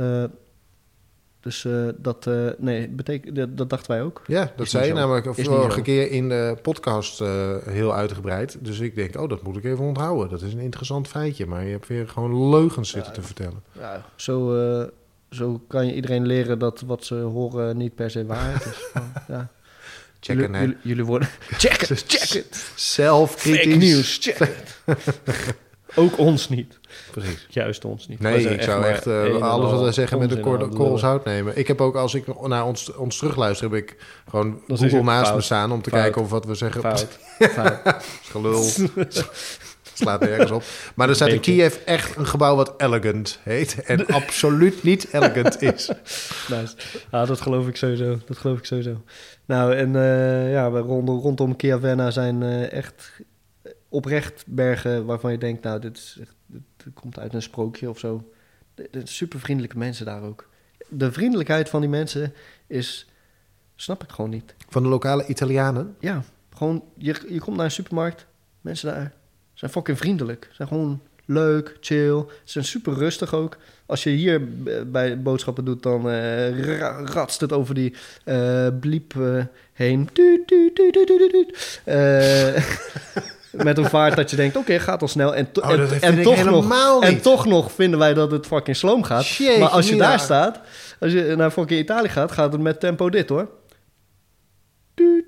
Dus betekent dat dachten wij ook. Ja, dat Is zei je niet zo. namelijk Is niet vorige zo. keer in de podcast heel uitgebreid. Dus ik denk, dat moet ik even onthouden. Dat is een interessant feitje. Maar je hebt weer gewoon leugens zitten te vertellen. Ja, zo kan je iedereen leren dat wat ze horen niet per se waarheid is. Ja. Checken, hè? Jullie worden... Check het! Zelfkritisch. Fake nieuws, check het! Ook ons niet. Precies. Juist ons niet. Wij Nee, zijn ik zou maar echt een en alles wat al wij zeggen met de onzin aan het korrels lullen. hout nemen. Ik heb ook, als ik naar ons terugluister, heb ik gewoon is Google het naast fout. me staan om te Fout. kijken of wat we zeggen Fout. gelul. Slaat nergens op. Maar er staat in Beetje. Kiev echt een gebouw wat elegant heet. En absoluut niet elegant is. Nice. Dat geloof ik sowieso. Nou, en rondom Chiavenna zijn echt oprecht bergen waarvan je denkt, nou, dit komt uit een sprookje of zo. De super vriendelijke mensen daar ook. De vriendelijkheid van die mensen snap ik gewoon niet. Van de lokale Italianen. Ja, gewoon, je komt naar een supermarkt, mensen daar zijn fucking vriendelijk. Zijn gewoon leuk, chill. Ze zijn super rustig ook. Als je hier bij boodschappen doet, dan ratst het over die bliep heen. Tuut, tuut, tuut, tuut, tuut, tuut. Met een vaart dat je denkt, oké, gaat al snel. En toch nog vinden wij dat het fucking sloom gaat. Jeetje, maar als je Mina. daar staat, als je naar fucking Italië gaat het met tempo dit, hoor. Tuut.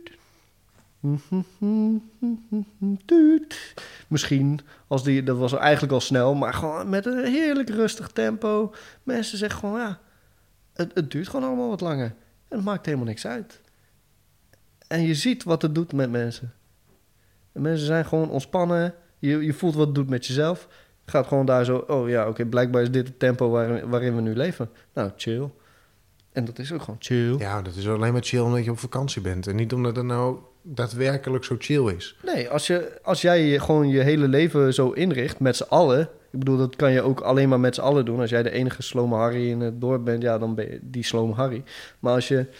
Tuut. Misschien, dat was eigenlijk al snel, maar gewoon met een heerlijk rustig tempo. Mensen zeggen gewoon, ja, het duurt gewoon allemaal wat langer. En het maakt helemaal niks uit. En je ziet wat het doet met mensen. En mensen zijn gewoon ontspannen. Je voelt wat het doet met jezelf. Gaat gewoon daar zo, blijkbaar is dit het tempo waarin we nu leven. Nou, chill. En dat is ook gewoon chill. Ja, dat is alleen maar chill omdat je op vakantie bent. En niet omdat het nou daadwerkelijk zo chill is. Nee, als jij gewoon je hele leven zo inricht met z'n allen. Ik bedoel, dat kan je ook alleen maar met z'n allen doen. Als jij de enige slome Harry in het dorp bent, ja, dan ben je die slome Harry. Maar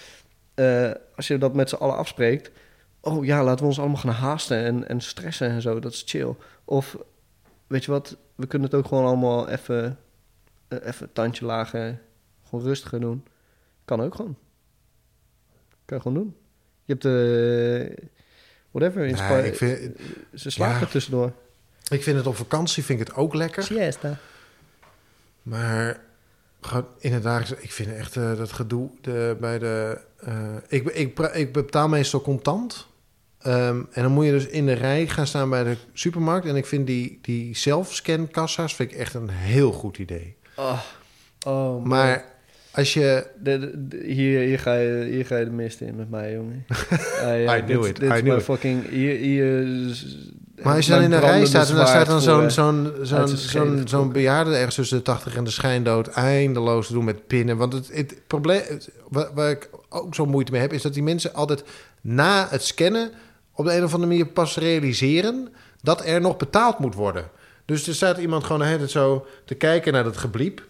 als je dat met z'n allen afspreekt. Oh ja, laten we ons allemaal gaan haasten en stressen en zo. Dat is chill. Of, weet je wat, we kunnen het ook gewoon allemaal even een tandje lager, gewoon rustiger doen. Kan ook gewoon. Kan je gewoon doen. Je hebt whatever. Ze slapen er tussendoor. Ik vind het op vakantie ook lekker. Siesta. Maar gewoon inderdaad, ik vind echt dat gedoe bij de... Ik betaal meestal contant. En dan moet je dus in de rij gaan staan bij de supermarkt. En ik vind die zelfscankassa's vind ik echt een heel goed idee. Oh maar als je... Hier ga je de mist in met mij, jongen. I knew it. Dit is mijn fucking... Maar als je dan in de rij staat en dan staat dan zwaard zo'n bejaarde ergens tussen de 80 en de schijndood eindeloos te doen met pinnen. Want het probleem, waar ik ook zo moeite mee heb, is dat die mensen altijd na het scannen op de een of andere manier pas realiseren dat er nog betaald moet worden. Dus er staat iemand gewoon de hele tijd zo te kijken naar dat gebliep.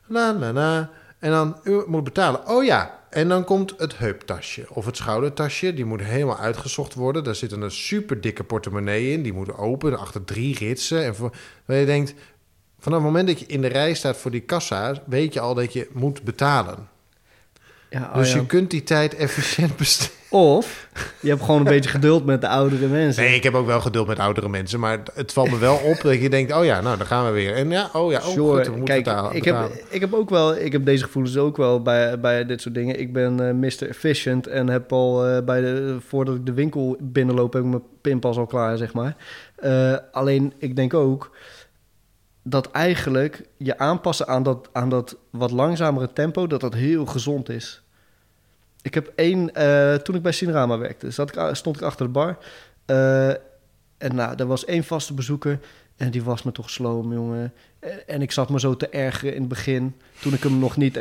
En dan, u moet betalen. Oh ja. En dan komt het heuptasje of het schoudertasje. Die moet helemaal uitgezocht worden. Daar zit een super dikke portemonnee in. Die moet open achter 3 ritsen. En waar je denkt, vanaf het moment dat je in de rij staat voor die kassa, weet je al dat je moet betalen. Ja, dus je kunt die tijd efficiënt besteden. Of je hebt gewoon een beetje geduld met de oudere mensen. Nee, ik heb ook wel geduld met oudere mensen. Maar het valt me wel op dat je denkt... oh ja, nou, dan gaan we weer. En ja, Sure. goed, we moeten Kijk, betalen. ik heb deze gevoelens ook wel bij dit soort dingen. Ik ben Mr. Efficient en heb al voordat ik de winkel binnenloop... heb ik mijn pinpas al klaar, zeg maar. Alleen, ik denk ook dat eigenlijk je aanpassen aan dat wat langzamere tempo... dat heel gezond is. Ik heb toen ik bij Cinerama werkte, stond ik achter de bar. En nou, er was 1 vaste bezoeker en die was me toch sloom, jongen. En ik zat me zo te ergeren in het begin, toen ik hem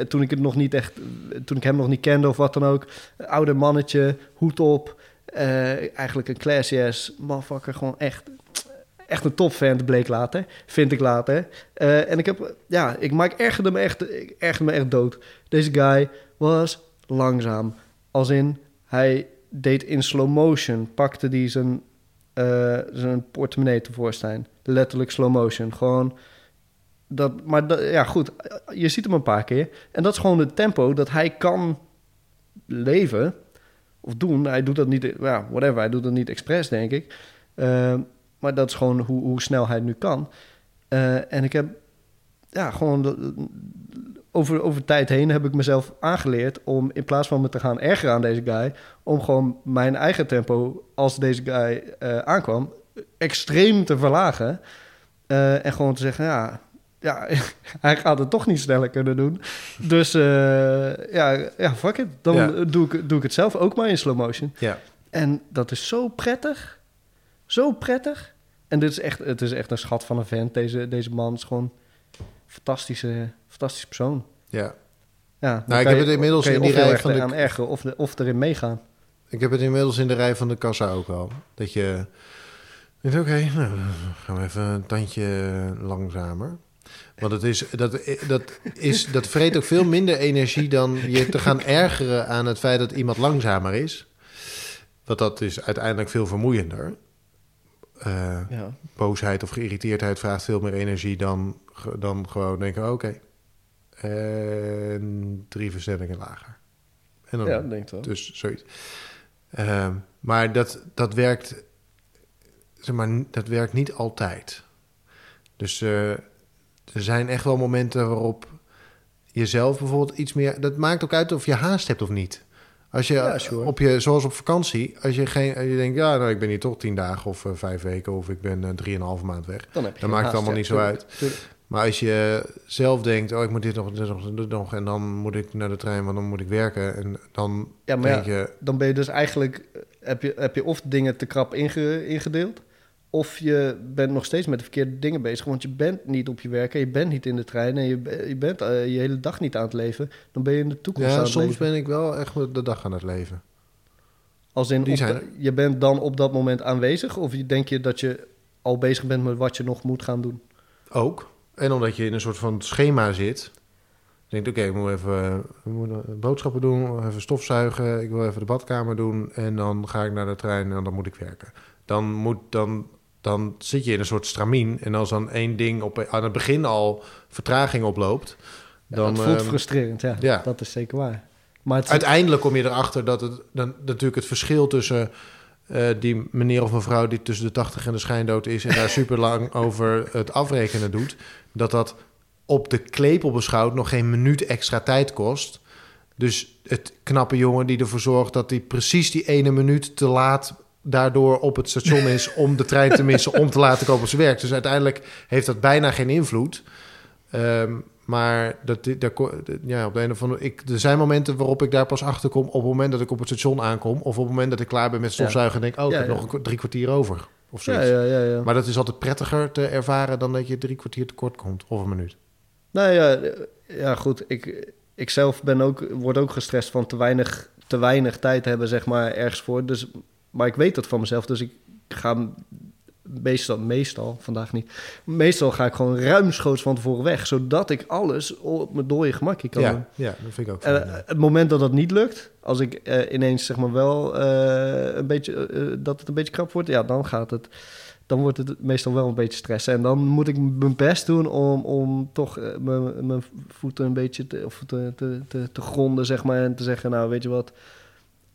nog niet kende of wat dan ook. Ouder mannetje, hoed op, eigenlijk een classy ass motherfucker, gewoon echt een topfan, bleek later. Vind ik later. En ik ergerde me echt dood. Deze guy was langzaam. Als in, hij deed in slow motion, pakte die zijn portemonnee tevoorschijn. Letterlijk slow motion. Gewoon goed, je ziet hem een paar keer. En dat is gewoon het tempo dat hij kan leven of doen. Hij doet dat niet, whatever, hij doet dat niet expres, denk ik. Maar dat is gewoon hoe snel hij het nu kan. En ik heb gewoon over tijd heen heb ik mezelf aangeleerd om in plaats van me te gaan ergeren aan deze guy, om gewoon mijn eigen tempo als deze guy aankwam extreem te verlagen. En gewoon te zeggen, ja, hij gaat het toch niet sneller kunnen doen. Dus fuck it. Dan doe ik het zelf ook maar in slow motion. Ja. En dat is zo prettig. Zo prettig. En het is echt een schat van een vent. Deze man is gewoon fantastische persoon. Ja. Ja, nou, ik heb het inmiddels in die rij van aan erger of erin meegaan. Ik heb het inmiddels in de rij van de kassa ook wel. Dat je denkt, oké, nou, gaan we even een tandje langzamer. Want dat vreet ook veel minder energie dan je te gaan ergeren aan het feit dat iemand langzamer is. Want dat is uiteindelijk veel vermoeiender. Boosheid of geïrriteerdheid vraagt veel meer energie dan gewoon denken, oké. En 3 versnellingen lager. En dan, denk ik wel. Dus zoiets. Maar dat werkt, zeg maar, dat werkt niet altijd. Dus er zijn echt wel momenten waarop jezelf bijvoorbeeld iets meer... Dat maakt ook uit of je haast hebt of niet. Als je, zoals op vakantie, als je denkt, ik ben hier toch 10 dagen of 5 weken of ik ben 3,5 maand weg. Dan maakt het allemaal niet zo uit. Maar als je zelf denkt, ik moet dit nog en dan moet ik naar de trein, want dan moet ik werken. En dan denk je... Dan ben je dus eigenlijk, heb je of dingen te krap ingedeeld, of je bent nog steeds met de verkeerde dingen bezig. Want je bent niet op je werk en je bent niet in de trein en je bent je hele dag niet aan het leven. Dan ben je in de toekomst aan het leven. Ja, soms ben ik wel echt de dag aan het leven. Als in, je bent dan op dat moment aanwezig, of denk je dat je al bezig bent met wat je nog moet gaan doen? Ook. En omdat je in een soort van schema zit. Je denkt, ik moet even boodschappen doen, even stofzuigen, ik wil even de badkamer doen en dan ga ik naar de trein en dan moet ik werken. Dan zit je in een soort stramien en als dan één ding aan het begin al vertraging oploopt, dan... dat voelt frustrerend, ja. Dat is zeker waar. Maar uiteindelijk kom je erachter dat natuurlijk het verschil tussen die meneer of mevrouw die tussen de 80 en de schijndood is en daar super lang over het afrekenen doet, dat op de klepel beschouwd nog geen minuut extra tijd kost. Dus het knappe jongen die ervoor zorgt dat hij precies die ene minuut te laat daardoor op het station is om de trein te missen, om te laten komen op zijn werk. Dus uiteindelijk heeft dat bijna geen invloed. Maar op de een of andere... Er zijn momenten waarop ik daar pas achter kom op het moment dat ik op het station aankom, of op het moment dat ik klaar ben met stofzuigen en denk, ik heb nog 3 kwartier over. Of zoiets. Ja. Maar dat is altijd prettiger te ervaren dan dat je 3 kwartier tekort komt, of een minuut. Nou ja, goed. Ik zelf word ook gestrest van te weinig tijd hebben, zeg maar, ergens voor. Dus, maar ik weet dat van mezelf, dus ik ga meestal, vandaag niet. Meestal ga ik gewoon ruimschoots van tevoren weg, zodat ik alles op mijn dode gemakje kan doen. Ja, dat vind ik ook. Het moment dat dat niet lukt, als ik ineens zeg maar wel een beetje dat het een beetje krap wordt, dan wordt het meestal wel een beetje stressen. En dan moet ik mijn best doen om toch mijn voeten een beetje te gronden, zeg maar, en te zeggen, nou, weet je wat,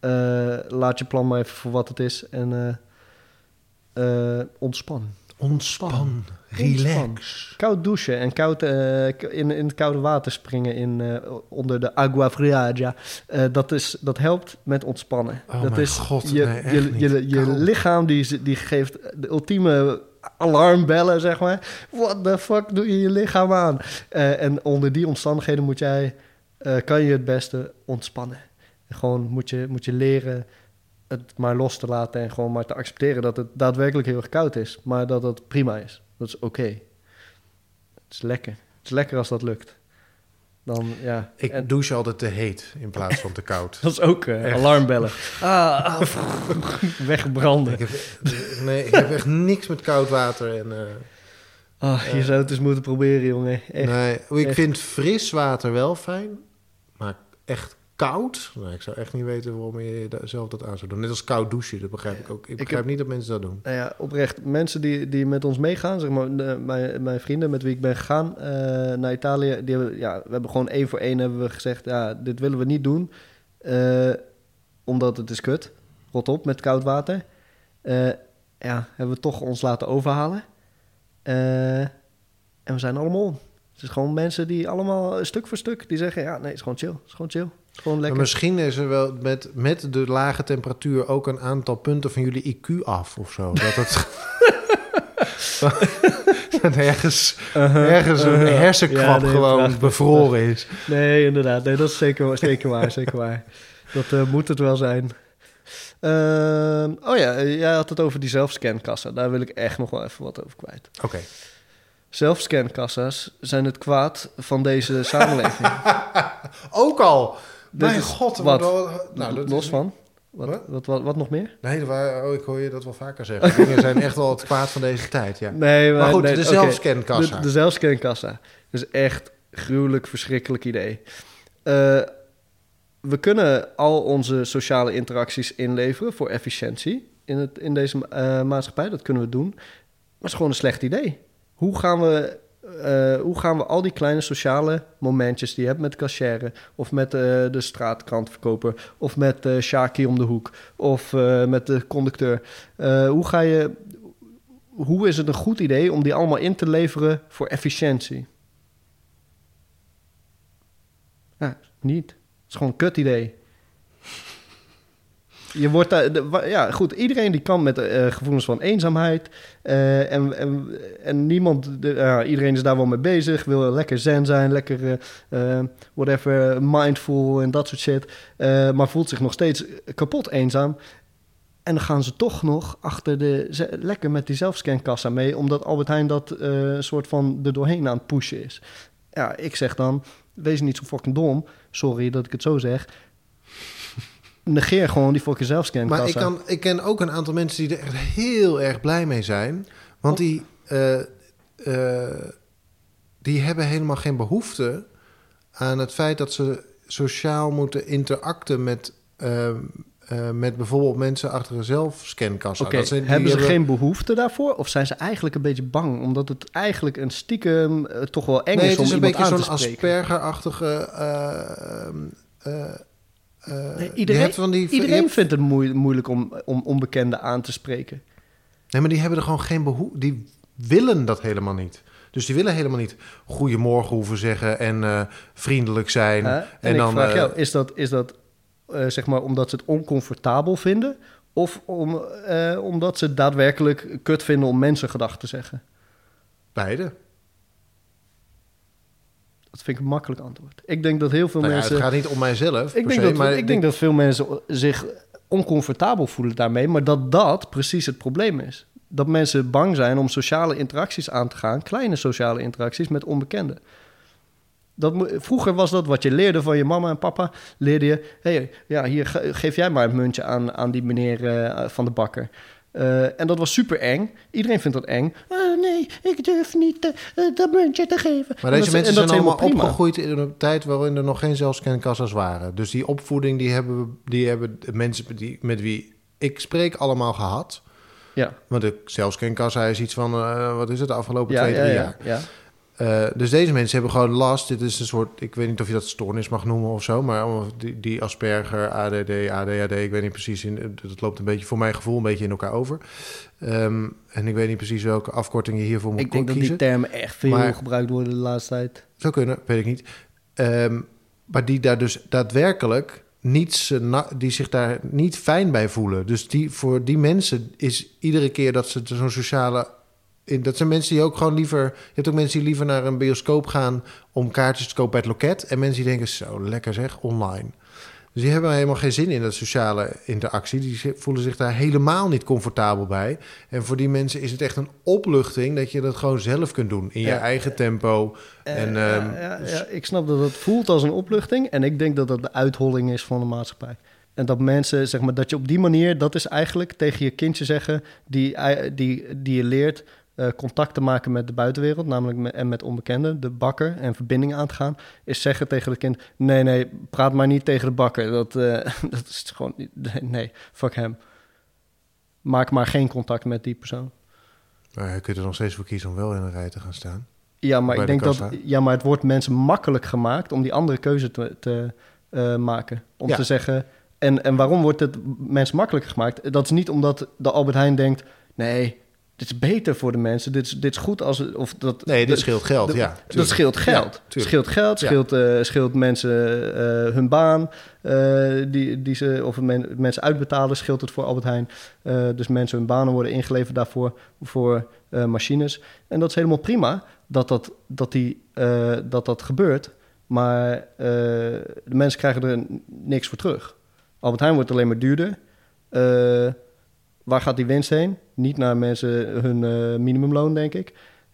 laat je plan maar even voor wat het is. En ontspan. Ontspan. Relax. Koud douchen en in het koude water springen onder de agua fria. Dat helpt met ontspannen. Oh dat mijn is god, nee, echt niet. Je lichaam die geeft de ultieme alarmbellen, zeg maar. What the fuck doe je lichaam aan? En onder die omstandigheden kan je het beste ontspannen. En gewoon moet je leren het maar los te laten en gewoon maar te accepteren dat het daadwerkelijk heel erg koud is, maar dat het prima is. Dat is oké. Het is lekker. Het is lekker als dat lukt. Dan, ja. Ik douche altijd te heet in plaats van te koud. Dat is ook alarmbellen. Wegbranden. Ik heb echt niks met koud water. En, je zou het eens moeten proberen, jongen. Echt. Nee, ik vind fris water wel fijn, maar echt koud? Nou, ik zou echt niet weten waarom je zelf dat aan zou doen. Net als koud douchen, dat begrijp ik ook. Ik begrijp niet dat mensen dat doen. Nou ja, oprecht. Mensen die met ons meegaan, zeg maar, mijn vrienden met wie ik ben gegaan naar Italië, we hebben gewoon 1 voor 1 hebben we gezegd, ja, dit willen we niet doen, omdat het is kut. Rot op met koud water. Hebben we toch ons laten overhalen. En we zijn allemaal om. Het is gewoon mensen die allemaal stuk voor stuk, die zeggen, ja, nee, het is gewoon chill. Het is gewoon chill. Gewoon lekker. Maar misschien is er wel met de lage temperatuur ook een aantal punten van jullie IQ af of zo. Dat het dat ergens een hersenkwap gewoon bevroren is. Nee, inderdaad. Nee, dat is zeker waar. Zeker waar. Dat moet het wel zijn. Jij had het over die zelfscankassa. Daar wil ik echt nog wel even wat over kwijt. Oké. Zelfscankassa's zijn het kwaad van deze samenleving. Ook al. Mijn god. Wat? Dat los is... van? Wat nog meer? Nee, ik hoor je dat wel vaker zeggen. Dingen zijn echt wel het kwaad van deze tijd, ja. Nee, maar goed, de zelfscankassa. De zelfscankassa. Dat is echt gruwelijk, verschrikkelijk idee. We kunnen al onze sociale interacties inleveren voor efficiëntie in deze maatschappij. Dat kunnen we doen. Maar het is gewoon een slecht idee. Hoe gaan we al die kleine sociale momentjes die je hebt met de cashier, of met de straatkrantverkoper, of met Shaki om de hoek, of met de conducteur. Hoe is het een goed idee om die allemaal in te leveren voor efficiëntie? Ja, niet. Het is gewoon een kut idee. Je wordt daar, goed, iedereen die kan met gevoelens van eenzaamheid. En niemand, iedereen is daar wel mee bezig. Wil lekker zen zijn, lekker whatever, mindful en dat soort shit. Maar voelt zich nog steeds kapot eenzaam. En dan gaan ze toch nog lekker met die zelfscankassa mee, omdat Albert Heijn dat soort van er doorheen aan het pushen is. Ja, ik zeg dan, wees niet zo fucking dom. Sorry dat ik het zo zeg. Negeer gewoon die fucking zelfscankassa. Maar ik ken ook een aantal mensen die er echt heel erg blij mee zijn. Want die hebben helemaal geen behoefte aan het feit dat ze sociaal moeten interacten met bijvoorbeeld mensen achter een zelfscankassa. Okay, hebben ze geen behoefte daarvoor? Of zijn ze eigenlijk een beetje bang? Omdat het eigenlijk een stiekem toch wel eng is om iemand aan te spreken. Nee, het is een beetje zo'n Asperger-achtige... iedereen vindt het moeilijk om onbekenden aan te spreken. Nee, maar die hebben er gewoon geen behoefte. Die willen dat helemaal niet. Dus die willen helemaal niet goedemorgen hoeven zeggen en vriendelijk zijn. En ik vraag jou, is dat zeg maar omdat ze het oncomfortabel vinden, of omdat ze het daadwerkelijk kut vinden om mensengedachten te zeggen? Beide. Dat vind ik een makkelijk antwoord. Ik denk dat heel veel mensen... Het gaat niet om mijzelf. Ik denk dat veel mensen zich oncomfortabel voelen daarmee, maar dat precies het probleem is. Dat mensen bang zijn om sociale interacties aan te gaan, kleine sociale interacties met onbekenden. Vroeger was dat wat je leerde van je mama en papa. Leerde je, hier geef jij maar een muntje aan die meneer van de bakker. En dat was super eng. Iedereen vindt dat eng. Nee, ik durf niet dat muntje te geven. Maar deze mensen zijn allemaal opgegroeid in een tijd waarin er nog geen zelfscankassa's waren. Dus die opvoeding die hebben de mensen met wie ik spreek allemaal gehad. Ja. Want de zelfscankassa is iets van, wat is het, de afgelopen 2-3 jaar. Ja. Dus deze mensen hebben gewoon last. Dit is een soort, ik weet niet of je dat stoornis mag noemen of zo, maar allemaal die Asperger, ADD, ADHD, ik weet niet precies, dat loopt een beetje voor mijn gevoel een beetje in elkaar over. En ik weet niet precies welke afkorting je hiervoor moet kiezen. Ik denk dat die termen echt veel gebruikt worden de laatste tijd. Zou kunnen, weet ik niet. Maar die daar dus daadwerkelijk die zich daar niet fijn bij voelen. Dus voor die mensen is iedere keer dat ze zo'n sociale... Dat zijn mensen die ook gewoon liever... Je hebt ook mensen die liever naar een bioscoop gaan om kaartjes te kopen bij het loket. En mensen die denken, zo lekker zeg, online. Dus die hebben helemaal geen zin in dat sociale interactie. Die voelen zich daar helemaal niet comfortabel bij. En voor die mensen is het echt een opluchting dat je dat gewoon zelf kunt doen. In je eigen tempo. Ik snap dat het voelt als een opluchting. En ik denk dat dat de uitholling is van de maatschappij. En dat mensen, zeg maar, dat je op die manier... Dat is eigenlijk tegen je kindje zeggen die je leert... contact te maken met de buitenwereld, namelijk met onbekenden, de bakker, en verbinding aan te gaan, is zeggen tegen het kind, nee, praat maar niet tegen de bakker. Dat is gewoon, nee, fuck hem. Maak maar geen contact met die persoon. Maar je kunt er nog steeds voor kiezen om wel in een rij te gaan staan. Ja, maar ik denk maar het wordt mensen makkelijk gemaakt om die andere keuze te maken. Om te zeggen, en waarom wordt het mensen makkelijker gemaakt? Dat is niet omdat de Albert Heijn denkt, nee, dit is beter voor de mensen. Dit is goed als... dit scheelt geld, ja. Dat scheelt geld. Ja, scheelt geld, scheelt mensen hun baan. Mensen uitbetalen, scheelt het voor Albert Heijn. Dus mensen hun banen worden ingeleverd daarvoor voor machines. En dat is helemaal prima dat gebeurt. Maar de mensen krijgen er niks voor terug. Albert Heijn wordt alleen maar duurder. Waar gaat die winst heen? Niet naar mensen hun minimumloon, denk ik.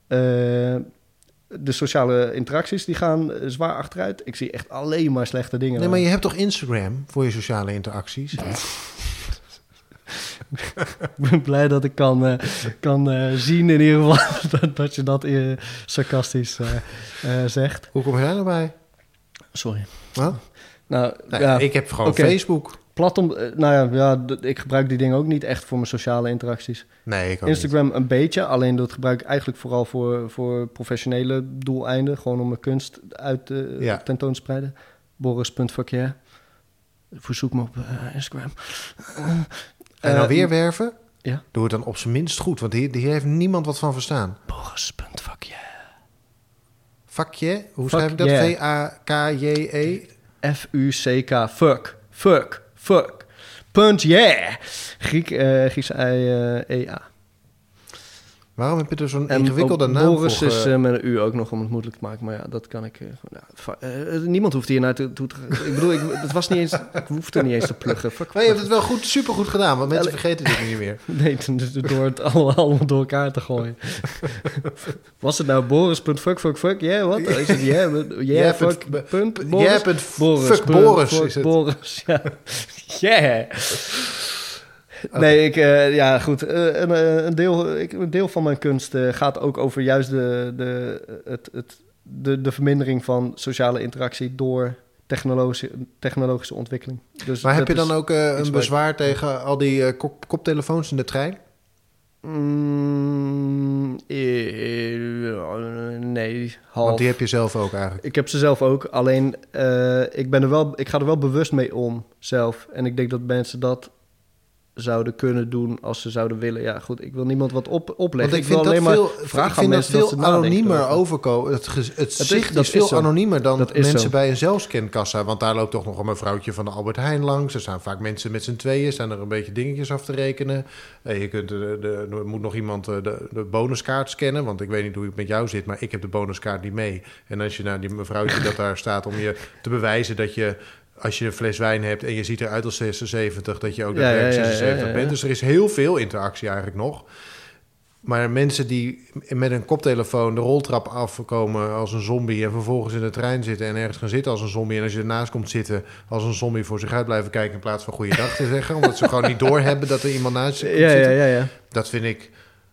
De sociale interacties die gaan zwaar achteruit. Ik zie echt alleen maar slechte dingen. Nee, maar je hebt toch Instagram voor je sociale interacties? Ik ben blij dat ik kan zien in ieder geval dat je dat sarcastisch zegt. Hoe kom je daar nou bij? Sorry. Wat? Nou, ik heb gewoon Facebook. Ik gebruik die dingen ook niet echt voor mijn sociale interacties. Nee, ik ook Instagram niet. Een beetje, alleen dat gebruik ik eigenlijk vooral voor professionele doeleinden. Gewoon om mijn kunst uit tentoon te spreiden. Boris.fuckyeah. Verzoek me op Instagram. En dan weer werven? Ja. Doe het dan op zijn minst goed, want hier heeft niemand wat van verstaan. Boris.fuckyeah. Vakje? Hoe schrijf ik dat? V-A-K-J-E? F-U-C-K. Fuck. Punt, yeah. Griekse E-A. Waarom heb je er zo'n ingewikkelde naam Boris voor? Is met een U ook nog om het moeilijk te maken. Maar ja, dat kan ik... niemand hoeft hier naartoe te gaan. Ik bedoel, het was niet eens... Ik hoefde niet eens te pluggen. Maar je hebt het wel supergoed gedaan, want mensen vergeten dit niet meer. Nee, door het allemaal door elkaar te gooien. Was het nou Boris.fuck? Yeah, wat? Is het yeah, fuck, punt, Boris? Fuck Boris is het. Boris, ja. Yeah. Okay. Nee, goed. Een deel van mijn kunst gaat ook over juist de vermindering van sociale interactie door technologische ontwikkeling. Dus maar heb je dan ook een bezwaar tegen al die koptelefoons in de trein? Nee, half. Want die heb je zelf ook eigenlijk. Ik heb ze zelf ook, alleen ik ga er wel bewust mee om zelf. En ik denk dat mensen dat zouden kunnen doen als ze zouden willen. Ja, goed, ik wil niemand wat opleggen. Want ik wil alleen maar vragen aan mensen dat ze anoniemer overkomen. Het zicht is veel anoniemer dan mensen bij een zelfscankassa. Want daar loopt toch nog een mevrouwtje van de Albert Heijn langs. Er staan vaak mensen met z'n tweeën, staan er een beetje dingetjes af te rekenen. Er moet nog iemand de bonuskaart scannen, want ik weet niet hoe het met jou zit, maar ik heb de bonuskaart niet mee. En als je naar die mevrouwtje dat daar staat om je te bewijzen dat je, als je een fles wijn hebt en je ziet eruit als 76, dat je ook daadwerkelijk 76 bent. Dus er is heel veel interactie eigenlijk nog. Maar mensen die met een koptelefoon de roltrap afkomen als een zombie en vervolgens in de trein zitten en ergens gaan zitten als een zombie, en als je ernaast komt zitten als een zombie voor zich uit blijven kijken in plaats van goeiedag te zeggen, omdat ze gewoon niet doorhebben dat er iemand naast zich komt zitten. Ja. Dat vind ik...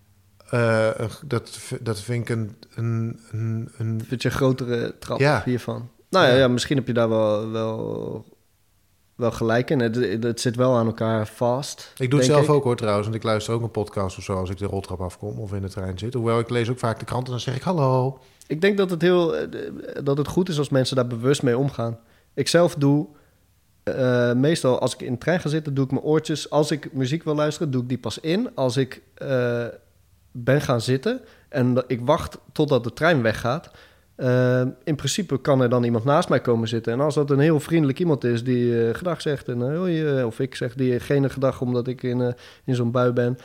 dat vind ik een beetje grotere trap hiervan. Nou ja, misschien heb je daar wel gelijk in. Het zit wel aan elkaar vast. Ik doe het zelf ook hoor trouwens, want ik luister ook een podcast of zo als ik de roltrap afkom of in de trein zit. Hoewel ik lees ook vaak de krant en dan zeg ik hallo. Ik denk dat het goed is als mensen daar bewust mee omgaan. Ik zelf doe meestal als ik in de trein ga zitten, doe ik mijn oortjes. Als ik muziek wil luisteren, doe ik die pas in. Als ik ben gaan zitten en ik wacht totdat de trein weggaat. In principe kan er dan iemand naast mij komen zitten. En als dat een heel vriendelijk iemand is die gedag zegt... en hoi, of ik zeg diegene gedag omdat ik in zo'n bui ben...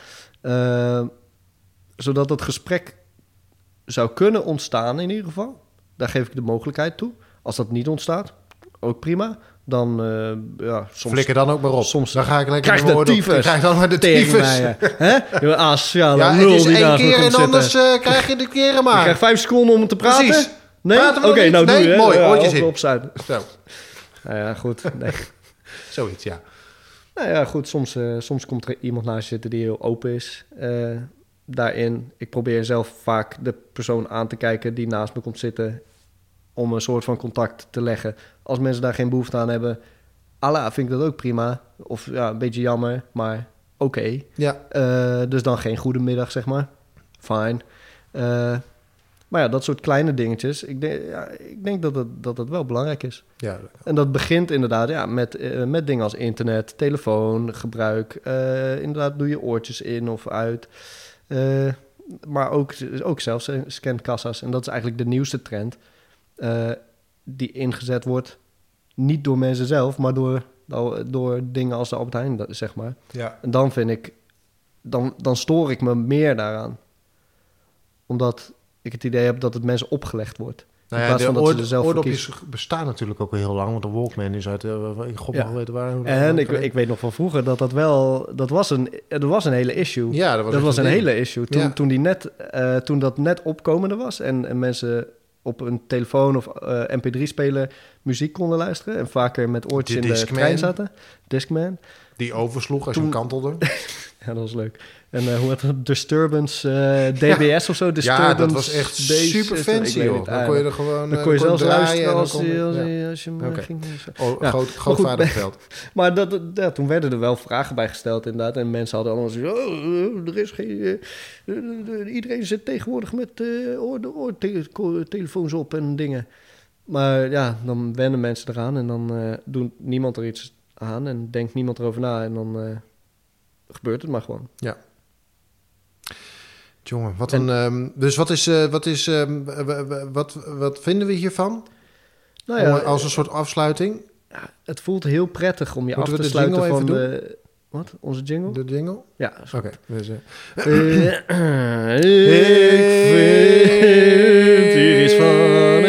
zodat het gesprek zou kunnen ontstaan in ieder geval. Daar geef ik de mogelijkheid toe. Als dat niet ontstaat, ook prima. Dan, soms... Flikker dan ook maar op. Soms dan ga ik lekker krijg in mijn de oordeel. tyfus. Ik krijg dan maar de Tegen tyfus. mij, hè? Ja, Ja, lul het is die één naast me keer komt en anders zitten. krijg je de keren Ik maar. krijg 5 seconden om te praten. Precies. Nee? Praten we Oké, nog nou niet? doe Nee? je. Mooi, oortjes in. Opsluiten. Zo, Nou ja, goed. Nee. zoiets, ja. Nou ja, goed. Soms komt er iemand naast je zitten die heel open is. Daarin, ik probeer zelf vaak de persoon aan te kijken die naast me komt zitten... om een soort van contact te leggen. Als mensen daar geen behoefte aan hebben... vind ik dat ook prima. Of ja, een beetje jammer, maar oké. Ja. Dus dan geen goedemiddag, zeg maar. Fine. Maar ja, dat soort kleine dingetjes. Ik denk dat het wel belangrijk is. Ja. En dat begint inderdaad met dingen als internet, telefoon, gebruik. Inderdaad, doe je oortjes in of uit. Maar ook zelfs scankassa's. En dat is eigenlijk de nieuwste trend. Die ingezet wordt, niet door mensen zelf, maar door dingen als de Albert Heijn, zeg maar. Ja. En dan vind ik, dan stoor ik me meer daaraan. Omdat ik het idee heb dat het mensen opgelegd wordt. Nou in ja, plaats van dat ze er zelf voor oordopjes kiezen. bestaan natuurlijk ook al heel lang, want de Walkman is uit... ik god Ja. nog weten waar. En ik weet nog van vroeger dat was een hele issue. Ja, Dat was een hele issue. Ja. Toen dat net opkomende was en mensen op een telefoon of mp3-speler muziek konden luisteren... en vaker met oortjes De in de Discman. trein zaten. Discman. Die oversloeg als je hem kantelde. Ja, dat was leuk. En hoe heet het? Disturbance, DBS of zo? Disturbance Ja, dat was echt super fancy, joh. Dan kon je er gewoon dan kon je zelfs draaien luisteren en dan als kon je hem Oké. ging... Oh, Ja, grootvader verteld. Maar toen werden er wel vragen bij gesteld inderdaad. En mensen hadden allemaal zo... er is geen... iedereen zit tegenwoordig met telefoons op en dingen. Maar ja, dan wennen mensen eraan en dan doet niemand er iets aan... en denkt niemand erover na en dan gebeurt het maar gewoon. Ja. Jongen, wat een... dus wat vinden we hiervan? Nou ja, Als een soort afsluiting? het voelt heel prettig om je Moeten af we te de jingle sluiten van even de... Wat? Onze jingle? De jingle? Ja. Oké. Dus, Ik vind hier iets van.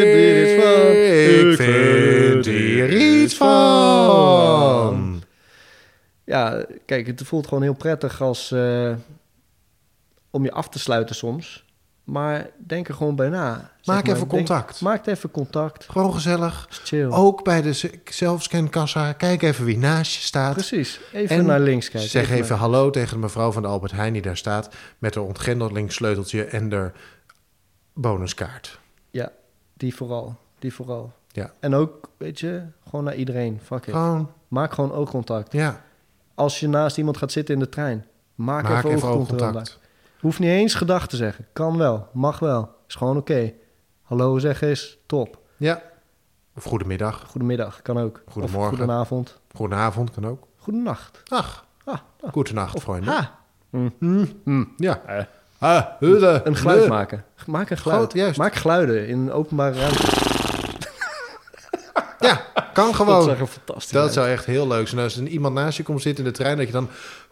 Ik vind hier iets van. Ja, kijk, het voelt gewoon heel prettig als om je af te sluiten soms. Maar denk er gewoon bij na. Maak even contact. Maak even contact. Gewoon gezellig. Is chill. Ook bij de zelfscankassa. Kijk even wie naast je staat. Precies. Even En naar links kijken. Zeg even hallo tegen de mevrouw van de Albert Heijn die daar staat... met haar ontgrendelingssleuteltje en de bonuskaart. Ja, die vooral. Ja. En ook, weet je, gewoon naar iedereen. Fuck it. Gewoon, Maak gewoon oogcontact. ja. Als je naast iemand gaat zitten in de trein, maak Maak even oogcontact. oogcontact. Hoeft niet eens gedag te zeggen. Kan wel, mag wel. Is gewoon oké. Hallo zeggen is top. Ja. Of goedemiddag. Goedemiddag, kan ook. Goedemorgen. Of goedenavond. Goedenavond kan ook. Goedenacht. Ach, goedenacht, vrienden. Ah, Ja. een geluid maken. Maak een geluid. Juist. Maak geluiden in een openbare ruimte. Ja, kan Dat gewoon. zag er fantastisch Dat uit. zou echt heel leuk zijn. Als er iemand naast je komt zitten in de trein, dat je dan...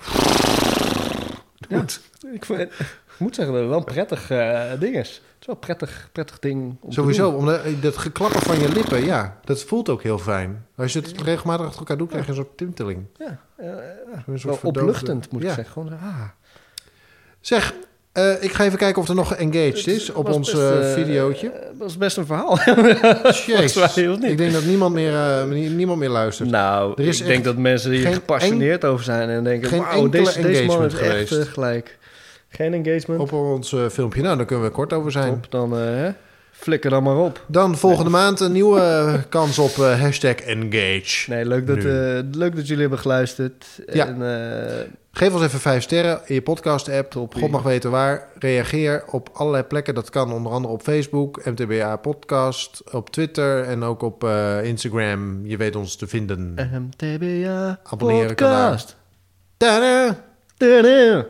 Goed. Ik moet zeggen dat het wel een prettig ding is. Het is wel een prettig ding om Sowieso, te doen. omdat dat geklapper van je lippen, ja, dat voelt ook heel fijn. Als je het regelmatig achter elkaar doet, krijg je een soort tinteling. Ja, Een soort wel verdoofde- opluchtend moet ik Ja. zeggen. Gewoon, Zeg, ik ga even kijken of er nog engaged is op ons videootje. Dat is best een verhaal. Jezus, Volgens mij of niet? ik denk dat niemand meer luistert. Nou, Er is ik denk echt dat mensen hier geen gepassioneerd over zijn en denken... geen wauw, enkele deze man engagement is echt geweest. gelijk. Geen engagement? Op ons filmpje, nou, daar kunnen we kort over zijn. Top, dan flikker dan maar op. Dan volgende maand een nieuwe kans op #engage. Nee, leuk dat jullie hebben geluisterd. Ja. En, Geef ons even 5 sterren in je podcast-app. Toppie. God mag weten waar. Reageer op allerlei plekken. Dat kan onder andere op Facebook, MTBA Podcast, op Twitter en ook op Instagram. Je weet ons te vinden. MTBA Abonneren kan daar. podcast. Tada! Da-da.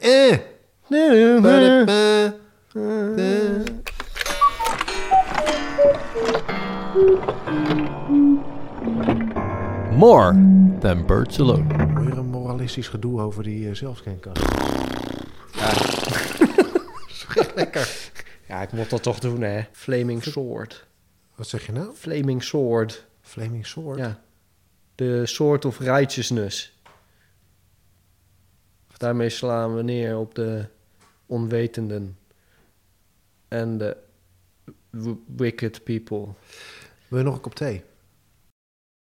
Da-da-da. More than birds alone. Weer een moralistisch gedoe over die zelfscankast. Lekker. Ja, ik moet dat toch doen, hè. Flaming Sword. Wat zeg je nou? Flaming Sword. Flaming Sword? Ja. De Sword of Righteousness. Daarmee slaan we neer op de onwetenden. En de wicked people. Wil je nog een kop thee?